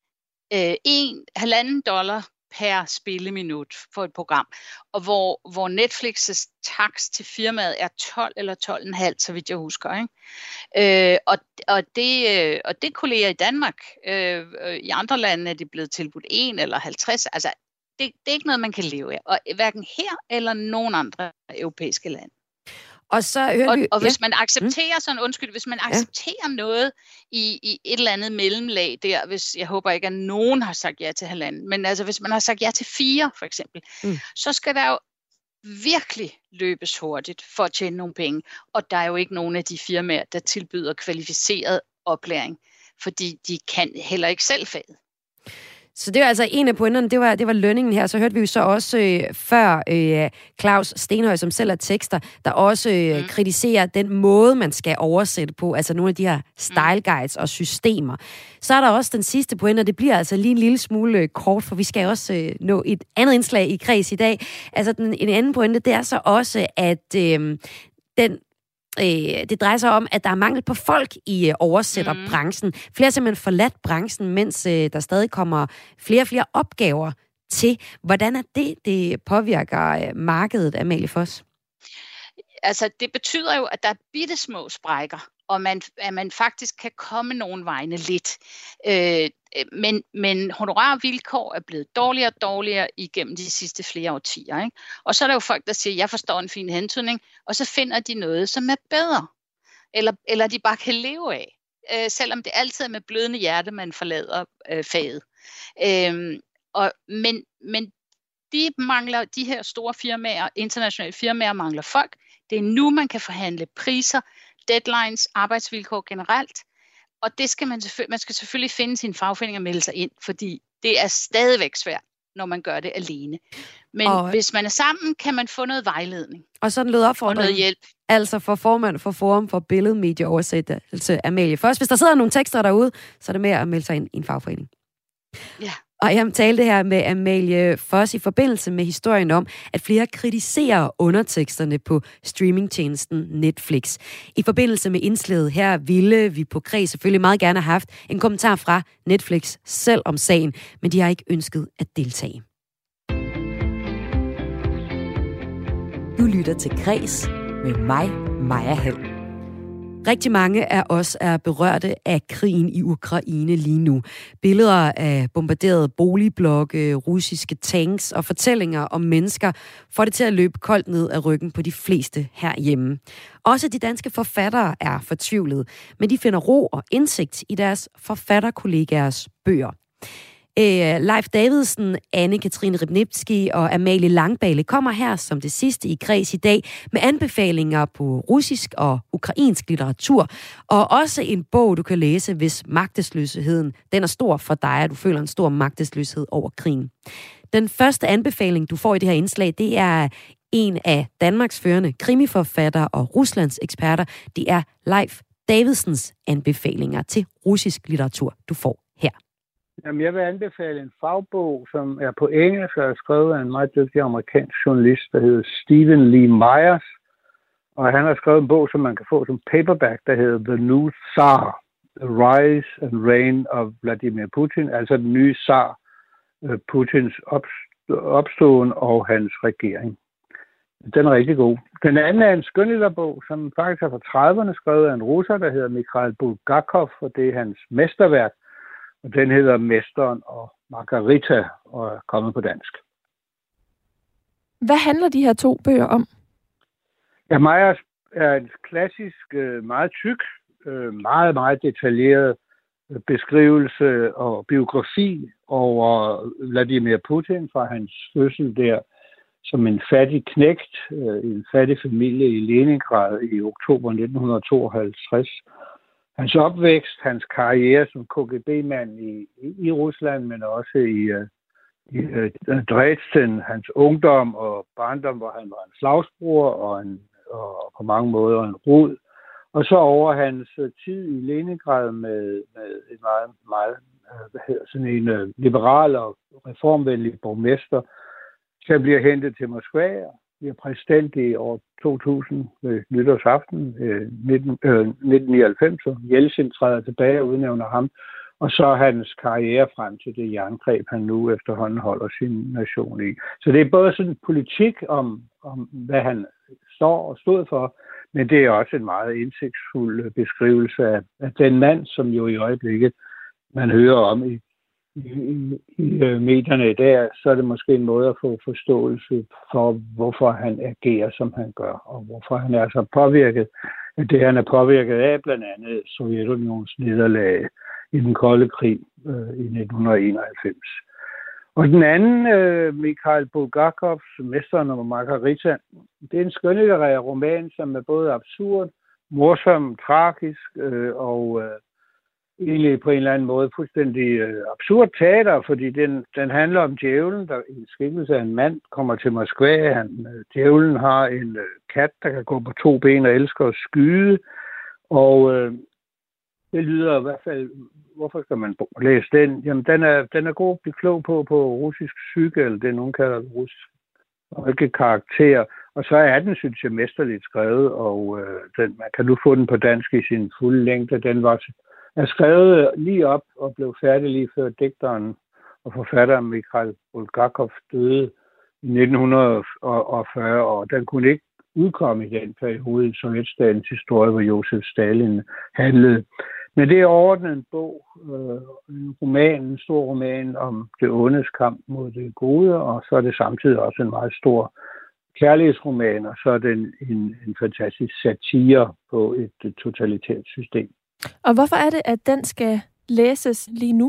$1,50 per spilleminut for et program, og hvor Netflix's takst til firmaet er 12 eller 12,5, så vidt jeg husker. Ikke? Og det kolleger i Danmark. I andre lande er det blevet tilbudt 1 eller 50. Altså, det er ikke noget, man kan leve af. Og hverken her eller nogen andre europæiske lande. Og så hører vi, og hvis man accepterer hvis man accepterer noget i et eller andet mellemlag der, jeg håber ikke, at nogen har sagt ja til 1,5, men altså hvis man har sagt ja til 4 for eksempel, så skal der jo virkelig løbes hurtigt for at tjene nogle penge. Og der er jo ikke nogen af de firmaer, der tilbyder kvalificeret oplæring, fordi de kan heller ikke selv faget. Så det var altså en af pointerne, det var lønningen her. Så hørte vi jo så også før Claus Stenhøj, som selv er tekster, der også kritiserer den måde, man skal oversætte på, altså nogle af de her style guides og systemer. Så er der også den sidste pointe, og det bliver altså lige en lille smule kort, for vi skal også nå et andet indslag i Kreds i dag. Altså en anden pointe, det er så også, at det drejer sig om, at der er mangel på folk i oversætterbranchen. Flere simpelthen forladt branchen, mens der stadig kommer flere og flere opgaver til. Hvordan er det påvirker markedet, Amalie Foss? Altså, det betyder jo, at der er bittesmå sprækker, og at man faktisk kan komme nogen vegne lidt. Men honorarvilkår er blevet dårligere og dårligere igennem de sidste flere årtier. Ikke? Og så er der jo folk, der siger, jeg forstår en fin hentydning, og så finder de noget, som er bedre. Eller de bare kan leve af. Selvom det altid er med blødende hjerte, man forlader faget. Men de her store firmaer, internationale firmaer, mangler folk. Det er nu, man kan forhandle priser, deadlines, arbejdsvilkår generelt. Og det skal man skal selvfølgelig finde sin fagforening og melde sig ind, fordi det er stadigvæk svært, når man gør det alene. Men hvis man er sammen, kan man få noget vejledning. Og sådan lød opfordringen. Og noget hjælp. Altså for formand for Forum for Billedmedieoversættelse, Amalie Foss. Hvis der sidder nogle tekster derude, så er det med at melde sig ind i en fagforening. Ja. Og jeg talte her med Amalie Foss i forbindelse med historien om, at flere kritiserer underteksterne på streamingtjenesten Netflix. I forbindelse med indslaget her ville vi på Kreds selvfølgelig meget gerne have haft en kommentar fra Netflix selv om sagen, men de har ikke ønsket at deltage. Du lytter til Kreds med mig, Maja Hall. Rigtig mange af os er berørte af krigen i Ukraine lige nu. Billeder af bombarderede boligblokke, russiske tanks og fortællinger om mennesker får det til at løbe koldt ned ad ryggen på de fleste herhjemme. Også de danske forfattere er fortvivlede, men de finder ro og indsigt i deres forfatterkollegaers bøger. Leif Davidsen, Anne-Katrine Ribnitski og Amalie Langbale kommer her som det sidste i Kreds i dag med anbefalinger på russisk og ukrainsk litteratur, og også en bog, du kan læse, hvis magtesløsheden den er stor for dig, og du føler en stor magtesløshed over krigen. Den første anbefaling, du får i det her indslag, det er en af Danmarks førende krimiforfattere og Ruslands eksperter. Det er Leif Davidsens anbefalinger til russisk litteratur, du får her. Jamen, jeg vil anbefale en fagbog, som er på engelsk, og er skrevet af en meget dygtig amerikansk journalist, der hedder Stephen Lee Myers. Og han har skrevet en bog, som man kan få som paperback, der hedder The New Tsar, The Rise and Reign of Vladimir Putin, altså den nye tsar, Putins opståen og hans regering. Den er rigtig god. Den anden er en skønlitterbog, som faktisk er fra 30'erne, skrevet af en russer, der hedder Mikhail Bulgakov, og det er hans mesterværk. Og den hedder Mesteren og Margarita, og er kommet på dansk. Hvad handler de her to bøger om? Ja, Myers er en klassisk, meget tyk, meget, meget detaljeret beskrivelse og biografi over Vladimir Putin fra hans fødsel der som en fattig knægt i en fattig familie i Leningrad i oktober 1952. Hans opvækst, hans karriere som KGB-mand i Rusland, men også i Dresden, hans ungdom og barndom, hvor han var en slagsbror og på mange måder en rod. Og så over hans tid i Leningrad med en meget sådan en liberal og reformvenlig borgmester, så bliver hentet til Moskva og bliver præsident i år 2000 ved nytårsaften 1999, og Jeltsin træder tilbage og udnævner ham. Og så er hans karriere frem til det jerngreb, han nu efterhånden holder sin nation i. Så det er både sådan politik om hvad han står og stod for, men det er også en meget indsigtsfuld beskrivelse af den mand, som jo i øjeblikket man hører om i medierne i dag, så er det måske en måde at få forståelse for, hvorfor han agerer, som han gør, og hvorfor han er så påvirket. Det han er påvirket af, blandt andet Sovjetunions nederlag i den kolde krig i 1991. Og den anden, Mikhail Bulgakovs Mesteren og Margarita, det er en skønlitterær roman, som er både absurd, morsom, tragisk og egentlig på en eller anden måde fuldstændig absurd teater, fordi den handler om djævlen, der i en skikkelse af en mand kommer til Moskva. Djævlen har en kat, der kan gå på 2 ben og elsker at skyde, og det lyder i hvert fald, hvorfor skal man læse den? Jamen, den er god at blive klog på russisk psyke, eller det nogen kalder det russisk, og ikke karakter. Og så er den, synes jeg, mesterligt skrevet, og man kan nu få den på dansk i sin fulde længde. Den er skrevet lige op og blev færdig lige før digteren og forfatteren Mikhail Bulgakov døde i 1940, og den kunne ikke udkomme i den periode i Sovjetstatens historie, hvor Josef Stalin handlede. Men det er overordnet en bog, en stor roman om det ondes kamp mod det gode, og så er det samtidig også en meget stor kærlighedsroman, og så er det en fantastisk satire på et totalitært system. Og hvorfor er det, at den skal læses lige nu?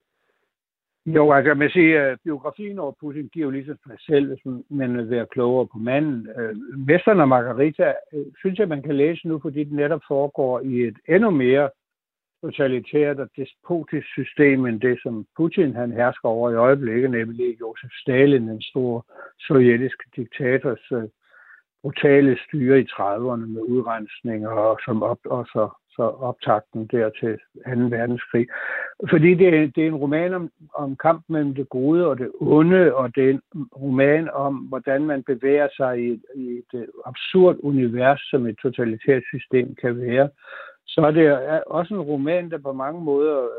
Jo, altså man siger, at biografien over Putin giver jo ligesom sig selv, hvis man vil være klogere på manden. Mesteren og Margarita synes jeg, man kan læse nu, fordi den netop foregår i et endnu mere totalitært og despotisk system end det, som Putin han hersker over i øjeblikket, nemlig Josef Stalin, den store sovjetiske diktators brutale styre i 30'erne med udrensninger og så optakten der til 2. verdenskrig. Fordi det er en roman om kamp mellem det gode og det onde, og det er en roman om, hvordan man bevæger sig i et absurd univers, som et totalitært system kan være. Så er det også en roman, der på mange måder,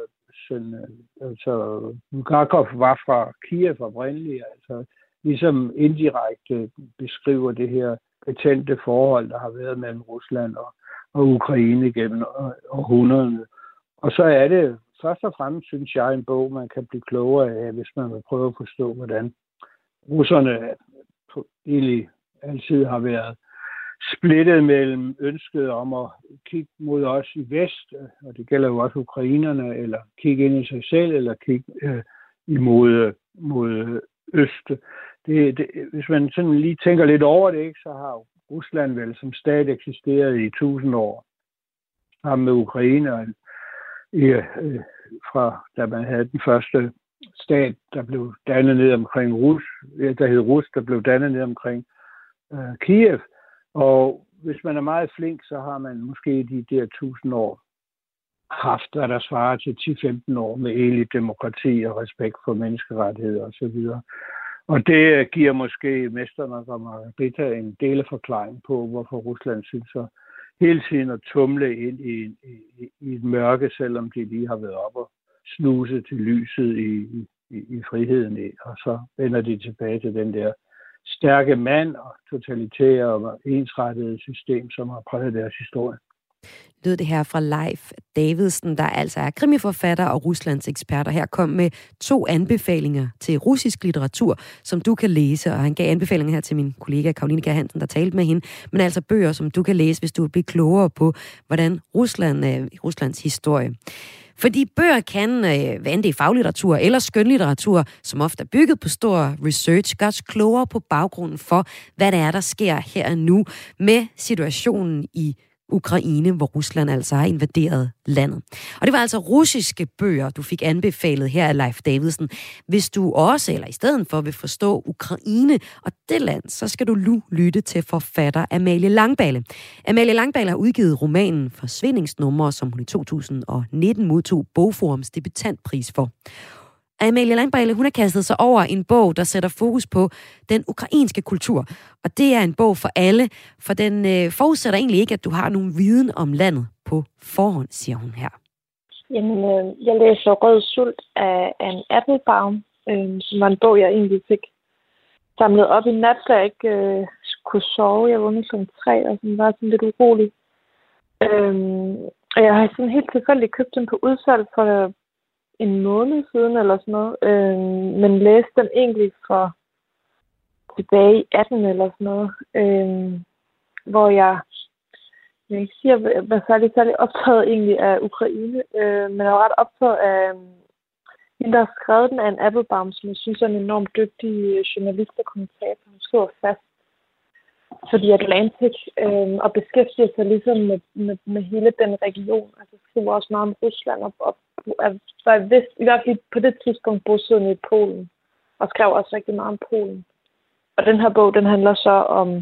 Bulgakov var fra Kiev oprindeligt, altså ligesom indirekte beskriver det her betændte forhold, der har været mellem Rusland og Ukraine gennem århundrederne. Og så er det først og fremmest, synes jeg, en bog, man kan blive klogere af, hvis man vil prøve at forstå, hvordan russerne egentlig altid har været splittet mellem ønsket om at kigge mod os i vest, og det gælder jo også ukrainerne, eller kigge ind i sig selv, eller kigge mod øst. Hvis man sådan lige tænker lidt over det, ikke, så har Rusland vel som stat eksisteret i 1000 år. Sammen med Ukraine fra da man havde den første stat, der blev dannet ned omkring der hed Rus, der blev dannet ned omkring Kiev. Og hvis man er meget flink, så har man måske de der 1000 år haft, hvad der svarer til 10-15 år med egentlig demokrati og respekt for menneskerettigheder osv. Og det giver måske mesterne og Margarita en deleforklaring på, hvorfor Rusland synes så hele tiden at tumle ind i et mørke, selvom de lige har været op og snuse til lyset i friheden. Og så vender de tilbage til den der stærke mand og totalitære og ensrettede system, som har præget deres historie. Lød det her fra Leif Davidsen, der altså er krimiforfatter og Ruslands ekspert, og her kom med 2 anbefalinger til russisk litteratur, som du kan læse, og han gav anbefalinger her til min kollega Karoline Kjær Hansen, der talte med hende, men altså bøger, som du kan læse, hvis du vil blive klogere på, hvordan Ruslands historie. Fordi bøger kan, hvad end det er faglitteratur eller skønlitteratur, som ofte er bygget på stor research, gør os klogere på baggrunden for, hvad det er, der sker her og nu med situationen i Ukraine, hvor Rusland altså har invaderet landet. Og det var altså russiske bøger, du fik anbefalet her af Leif Davidsen. Hvis du også, eller i stedet for, vil forstå Ukraine og det land, så skal du nu lytte til forfatter Amalie Langballe. Amalie Langballe har udgivet romanen Forsvindingsnumre, som hun i 2019 modtog Bogforums debutantpris for. Amalie Langballe, hun har kastet sig over en bog, der sætter fokus på den ukrainske kultur. Og det er en bog for alle, for den forudsætter egentlig ikke, at du har nogen viden om landet på forhånd, siger hun her. Jamen, jeg læser Rød Sult af Anne Applebaum, som var en bog, jeg egentlig fik samlet op i nat, da jeg ikke kunne sove. Jeg vågnede kl. 3, og den var sådan lidt urolig. Og jeg har sådan helt tilfældigt købt den på udsalg for en måned siden eller sådan noget, men læste den egentlig for tilbage i 18 eller sådan noget, hvor jeg ikke siger, jeg var særlig optaget egentlig af Ukraine, men jeg var ret optaget af hende, der har skrevet den af en Applebaum, som jeg synes er en enormt dygtig journalist og kommentator. Hun skriver fast for The Atlantic, og beskæftiger sig ligesom med hele den region. Altså skriver også meget om Rusland, og var i hvert fald på det tidspunkt bosiddende i Polen, og skrev også rigtig meget om Polen. Og den her bog, den handler så om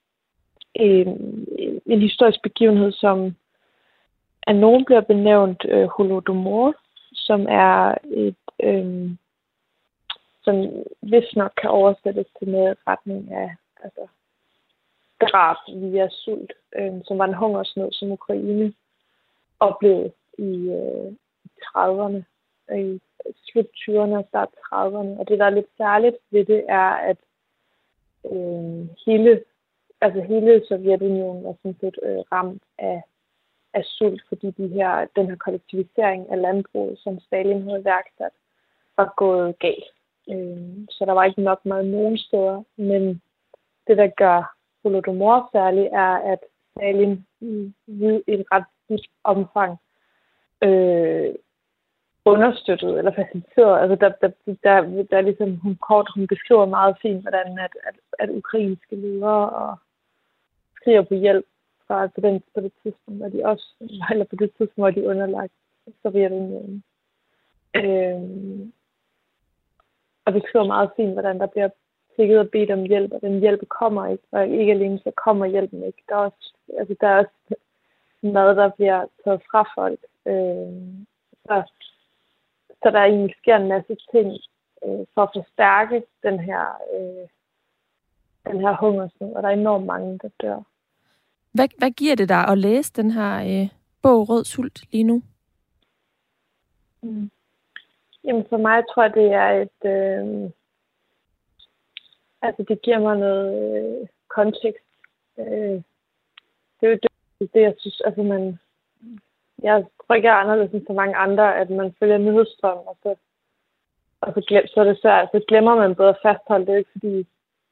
en historisk begivenhed, som af nogen bliver benævnt Holodomor, som er et, som vist nok kan oversættes til noget retning af drab via sult, som var en hungersnød, som Ukraine oplevede i 30'erne, i slut 20'erne og start 30'erne. Og det, der er lidt særligt ved det, er, at hele Sovjetunionen var sådan set ramt af sult, fordi den her kollektivisering af landbruget, som Stalin havde iværksat, var gået galt. Så der var ikke nok mad nogen steder, men det, der gør Holodomor særlig, er, at Stalin i et ret vidt omfang understøttet eller faciliteret. Altså der ligesom hun beskriver meget fint, hvordan at ukrainske ledere og skriger på hjælp fra på det tidspunkt, hvor de også, eller på det tidspunkt, hvor de underlagt Sovjetunionen. Og beskriver meget fint, hvordan der bliver sikket og bedt om hjælp, og den hjælp kommer ikke, og ikke alene så kommer hjælpen ikke. Der er også mad, der bliver taget fra folk. Så der egentlig sker en masse ting for at forstærke den her hungersnød, og der er enormt mange, der dør. Hvad giver det dig at læse den her bog Rød Sult lige nu? Jamen for mig tror jeg, det er det giver mig noget kontekst. Det er jo det, jeg synes, jeg tror ikke, jeg er anderledes end så mange andre, at man følger nyhedsstrøm, så glemmer man både at fastholde det, ikke fordi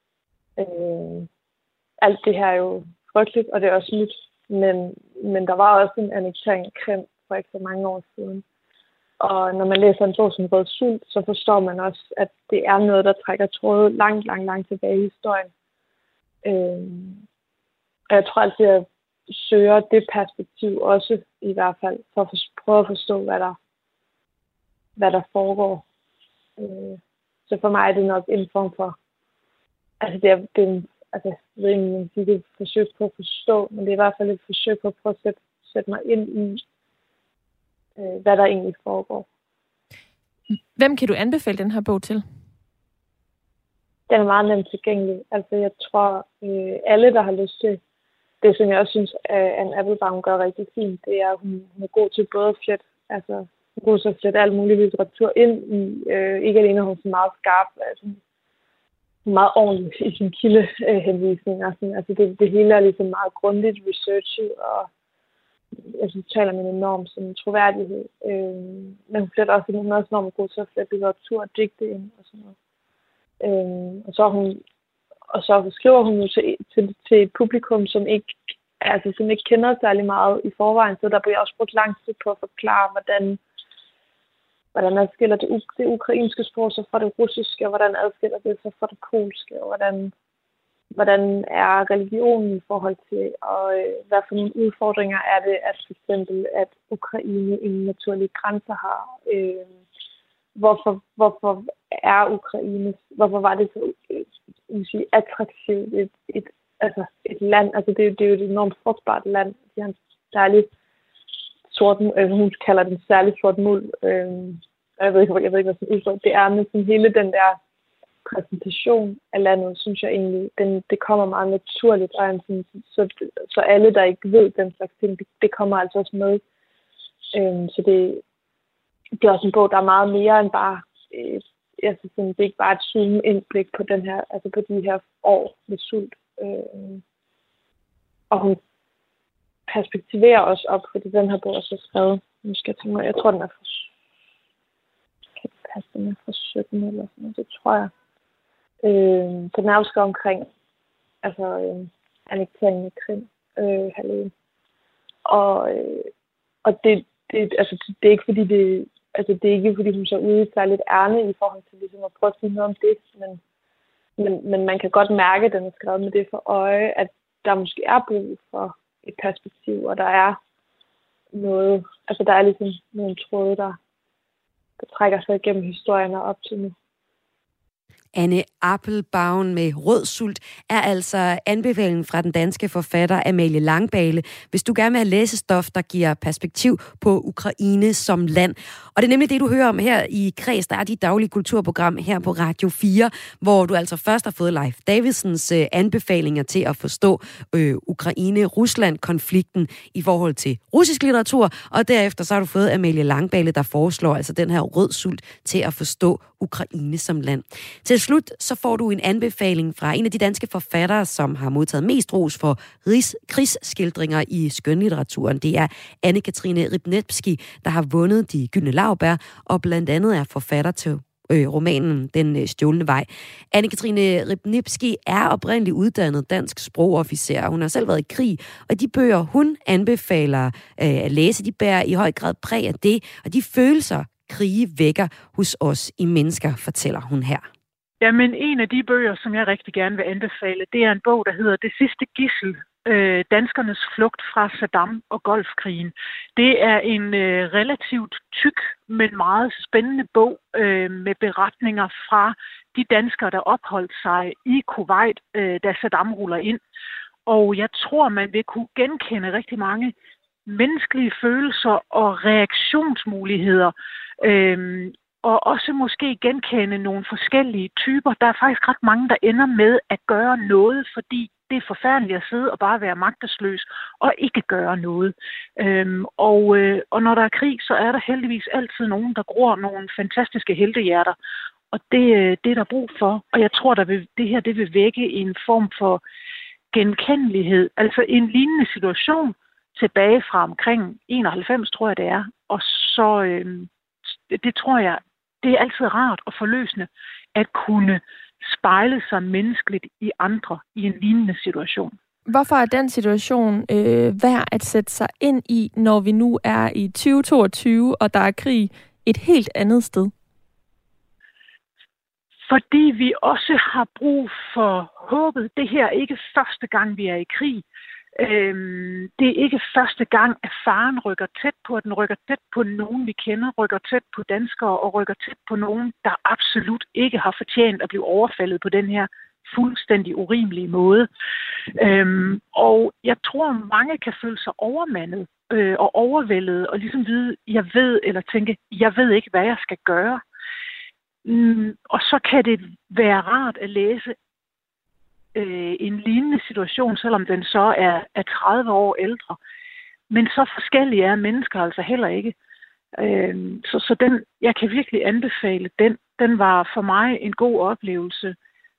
alt det her er jo frygteligt, og det er også nyt, men der var også en annektering af Krim for ikke så mange år siden. Og når man læser en bog som Rød Sult, så forstår man også, at det er noget, der trækker tråde langt tilbage i historien. Og jeg tror altid, at jeg søger det perspektiv også, i hvert fald, for at prøve at forstå, hvad der foregår. Så for mig er det nok en form for, altså det er altså, jeg ved ikke, man siger, det er et forsøg på at forstå, men det er i hvert fald et forsøg på at prøve at sætte mig ind i, hvad der egentlig foregår. Hvem kan du anbefale den her bog til? Den er meget nemt tilgængelig. Altså jeg tror, alle, der har lyst til det, som jeg også synes, at Anne Applebaum gør rigtig fint, det er, at hun er god til både at flette, altså god til at flette alt muligt litteratur ind i, ikke alene hun er meget skarp, altså meget ordentlig i sin kildehenvisninger. Altså det hele er ligesom meget grundigt researchet, og jeg synes, det taler med en enorm sådan, troværdighed. Men hun fletter også, hun er også enormt god til at flette litteratur og digte ind og sådan noget. Og så skriver hun jo til et publikum, som ikke kender særlig meget i forvejen, så der bliver også brugt lang tid på at forklare, hvordan adskiller det ukrainske sprog så fra det russiske, og hvordan adskiller det så fra det polske, og hvordan er religionen i forhold til, og hvad for nogle udfordringer er det, at for eksempel, at Ukraine ingen naturlige grænser har. Hvorfor var det så attraktivt et land? Altså det er jo et enormt frugtbart land. De har en særlig sort, hun kalder den særlig sort muld. Jeg ved ikke, hvad sådan udtryk det er, men sådan hele den der præsentation af landet, synes jeg egentlig, det kommer meget naturligt, og så alle, der ikke ved den slags ting, det kommer altså også med. Så det er også en bog, der er meget mere end bare, jeg synes, det er ikke bare et zoom-indblik på den her, altså på de her år med sult. Og hun perspektiverer også op, fordi den her bog også er skrevet, jeg tror, den er fra 17 eller sådan noget, det tror jeg. Så den er jo skrevet omkring, annekteringen af Krim, halvøen. Og det er ikke fordi det er ikke fordi hun så ude i særligt ærne i forhold til ligesom at prøve at sige noget om det, men man kan godt mærke, at den er skrevet med det for øje, at der måske er brug for et perspektiv, og der er noget, altså der er ligesom nogle tråde, der trækker sig igennem historien og op til nu. Anne Applebaum med Rød Sult er altså anbefalingen fra den danske forfatter Amalie Langbale, hvis du gerne vil have læsestof, der giver perspektiv på Ukraine som land. Og det er nemlig det, du hører om her i Kreds. Der er dit daglige kulturprogram her på Radio 4, hvor du altså først har fået Leif Davidsens anbefalinger til at forstå Ukraine-Rusland-konflikten i forhold til russisk litteratur, og derefter så har du fået Amalie Langbale, der foreslår altså den her Rød Sult til at forstå Ukraine som land. Til slut så får du en anbefaling fra en af de danske forfattere, som har modtaget mest ros for krigsskildringer i skønlitteraturen. Det er Anne-Katrine Ribnevsky, der har vundet De Gyldne Laurbær, og blandt andet er forfatter til romanen Den stjålne vej. Anne-Katrine Ribnevsky er oprindeligt uddannet dansk sprogofficer. Hun har selv været i krig, og de bøger, hun anbefaler at læse, de bærer i høj grad præg af det, og de følelser, krige vækker hos os i mennesker, fortæller hun her. Jamen, en af de bøger, som jeg rigtig gerne vil anbefale, det er en bog, der hedder Det sidste gidsel. Danskernes flugt fra Saddam og Golfkrigen. Det er en relativt tyk, men meget spændende bog med beretninger fra de danskere, der opholdt sig i Kuwait, da Saddam ruller ind. Og jeg tror, man vil kunne genkende rigtig mange menneskelige følelser og reaktionsmuligheder, og også måske genkende nogle forskellige typer. Der er faktisk ret mange, der ender med at gøre noget, fordi det er forfærdeligt at sidde og bare være magtesløs og ikke gøre noget. Og når der er krig, så er der heldigvis altid nogen, der gror nogle fantastiske heltehjerter. Og det er der brug for. Og jeg tror, det her vil vække en form for genkendelighed. Altså en lignende situation tilbage fra omkring 91, tror jeg det er. Og så, det tror jeg, det er altid rart og forløsende at kunne spejle sig menneskeligt i andre i en lignende situation. Hvorfor er den situation værd at sætte sig ind i, når vi nu er i 2022, og der er krig et helt andet sted? Fordi vi også har brug for håbet. Det her er ikke første gang, vi er i krig. Det er ikke første gang, at faren rykker tæt på, at den rykker tæt på nogen, vi kender, rykker tæt på danskere og rykker tæt på nogen, der absolut ikke har fortjent at blive overfaldet på den her fuldstændig urimelige måde. Og jeg tror, mange kan føle sig overmandet og overvældet og ligesom vide, jeg ved ikke, hvad jeg skal gøre. Og så kan det være rart at læse en lignende situation, selvom den så er 30 år ældre. Men så forskellige er mennesker altså heller ikke. Så den, jeg kan virkelig anbefale den. Den var for mig en god oplevelse.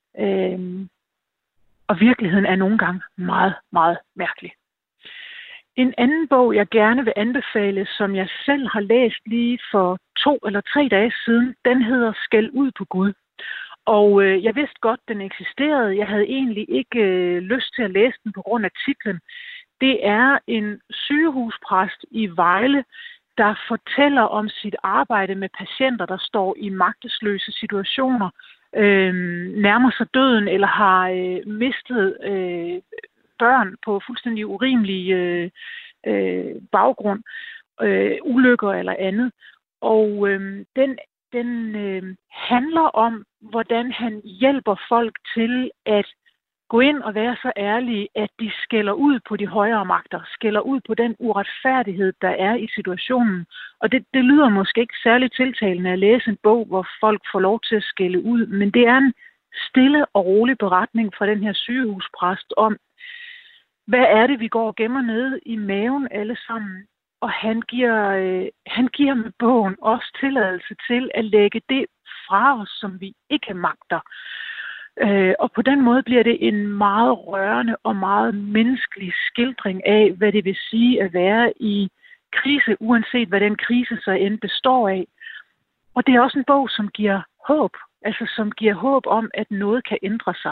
Og virkeligheden er nogle gange meget, meget mærkelig. En anden bog, jeg gerne vil anbefale, som jeg selv har læst lige for 2 eller 3 dage siden, den hedder Skæld ud på Gud. Og jeg vidste godt, den eksisterede. Jeg havde egentlig ikke lyst til at læse den på grund af titlen. Det er en sygehuspræst i Vejle, der fortæller om sit arbejde med patienter, der står i magtesløse situationer, nærmer sig døden eller har mistet børn på fuldstændig urimelig baggrund, ulykker eller andet. Og den handler om, hvordan han hjælper folk til at gå ind og være så ærlige, at de skælder ud på de højere magter, skælder ud på den uretfærdighed, der er i situationen. Og det lyder måske ikke særlig tiltalende at læse en bog, hvor folk får lov til at skælde ud, men det er en stille og rolig beretning fra den her sygehuspræst om, hvad er det, vi går og gemmer nede i maven alle sammen. Og han giver med bogen også tilladelse til at lægge det fra os, som vi ikke magter. Og på den måde bliver det en meget rørende og meget menneskelig skildring af, hvad det vil sige at være i krise, uanset hvad den krise så end består af. Og det er også en bog, som giver håb, altså som giver håb om, at noget kan ændre sig.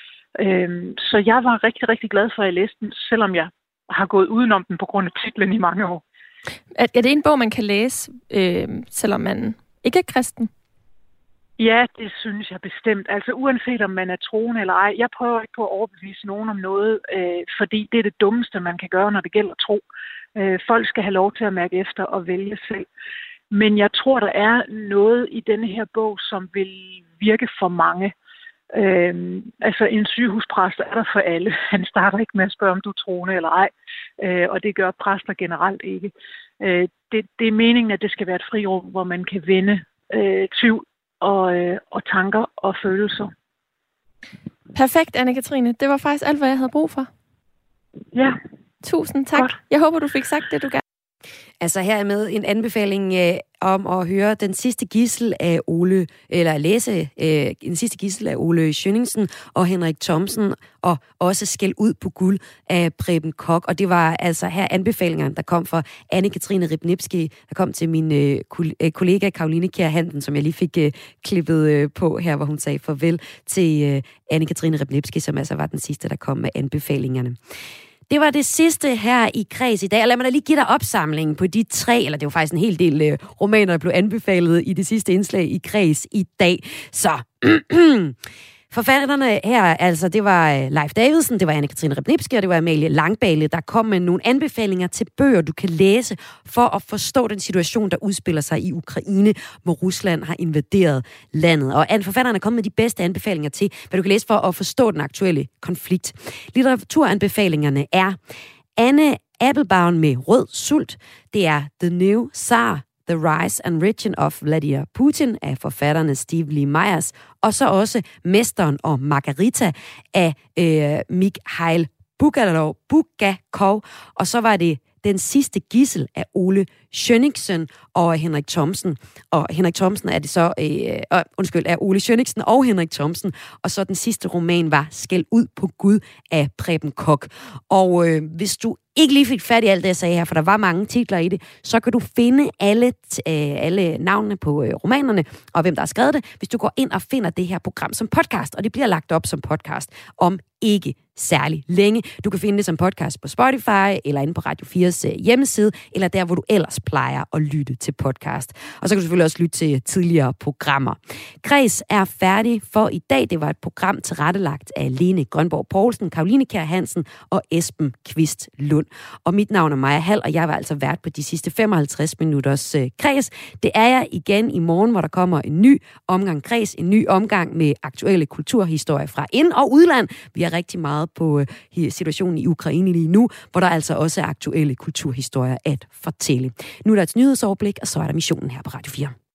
Så jeg var rigtig, rigtig glad for, at jeg læste den, selvom jeg har gået udenom den på grund af titlen i mange år. Er det en bog, man kan læse, selvom man ikke er kristen? Ja, det synes jeg bestemt. Altså uanset om man er troende eller ej. Jeg prøver ikke på at overbevise nogen om noget, fordi det er det dummeste, man kan gøre, når det gælder tro. Folk skal have lov til at mærke efter og vælge selv. Men jeg tror, der er noget i denne her bog, som vil virke for mange. Altså en sygehuspræst er der for alle. Han starter ikke med at spørge, om du er troende eller ej. Og det gør præster generelt ikke. Det er meningen, at det skal være et frirum, hvor man kan vende tvivl og tanker og følelser. Perfekt, Anne-Katrine. Det var faktisk alt, hvad jeg havde brug for. Ja. Tusind tak. Godt. Jeg håber, du fik sagt det, du gerne. Altså her er med en anbefaling om at høre den sidste gidsel af Ole, eller læse den sidste gidsel af Ole Schønningsen og Henrik Thomsen, og også Skæld ud på guld af Preben Koch. Og det var altså her anbefalingerne, der kom fra Anne-Katrine Ribnipski, der kom til min kollega Karoline Kjær Hansen, som jeg lige fik klippet på her, hvor hun sagde farvel til Anne-Katrine Ribnipski, som altså var den sidste, der kom med anbefalingerne. Det var det sidste her i Kreds i dag. Og lad mig da lige give dig opsamlingen på de 3, eller det var faktisk en hel del romaner, der blev anbefalet i det sidste indslag i Kreds i dag. Så forfatterne her, altså det var Leif Davidsen, det var Anne-Katrine Ribnipski, og det var Amalie Langballe, der kom med nogle anbefalinger til bøger, du kan læse for at forstå den situation, der udspiller sig i Ukraine, hvor Rusland har invaderet landet. Og forfatterne er kommet med de bedste anbefalinger til, hvad du kan læse for at forstå den aktuelle konflikt. Litteraturanbefalingerne er Anne Applebaum med Rød Sult. Det er The New Tsar, The Rise and Region of Vladimir Putin af forfatterne Steve Lee Myers, og så også Mesteren og Margarita af Mikhail Bulgakov, og så var det Den sidste gidsel af Ole Schønningsen og Henrik Thomsen. Og Henrik Thomsen er det så, af Ole Schønningsen og Henrik Thomsen. Og så den sidste roman var Skæld ud på Gud af Preben Koch. Og hvis du ikke lige fik fat i alt det, jeg sagde her, for der var mange titler i det, så kan du finde alle navnene på romanerne, og hvem der har skrevet det, hvis du går ind og finder det her program som podcast, og det bliver lagt op som podcast om ikke særlig længe. Du kan finde det som podcast på Spotify, eller inde på Radio 4's hjemmeside, eller der, hvor du ellers plejer at lytte til podcast. Og så kan du selvfølgelig også lytte til tidligere programmer. Kreds er færdig for i dag. Det var et program tilrettelagt af Lene Grønborg Poulsen, Karoline Kjær Hansen og Esben Kvist Lund. Og mit navn er Maja Hall, og jeg var altså vært på de sidste 55 minutters Kreds. Det er jeg igen i morgen, hvor der kommer en ny omgang Kreds, en ny omgang med aktuelle kulturhistorier fra ind- og udland. Vi er rigtig meget på situationen i Ukraine lige nu, hvor der altså også er aktuelle kulturhistorier at fortælle. Nu er der et nyhedsoverblik, og så er der missionen her på Radio 4.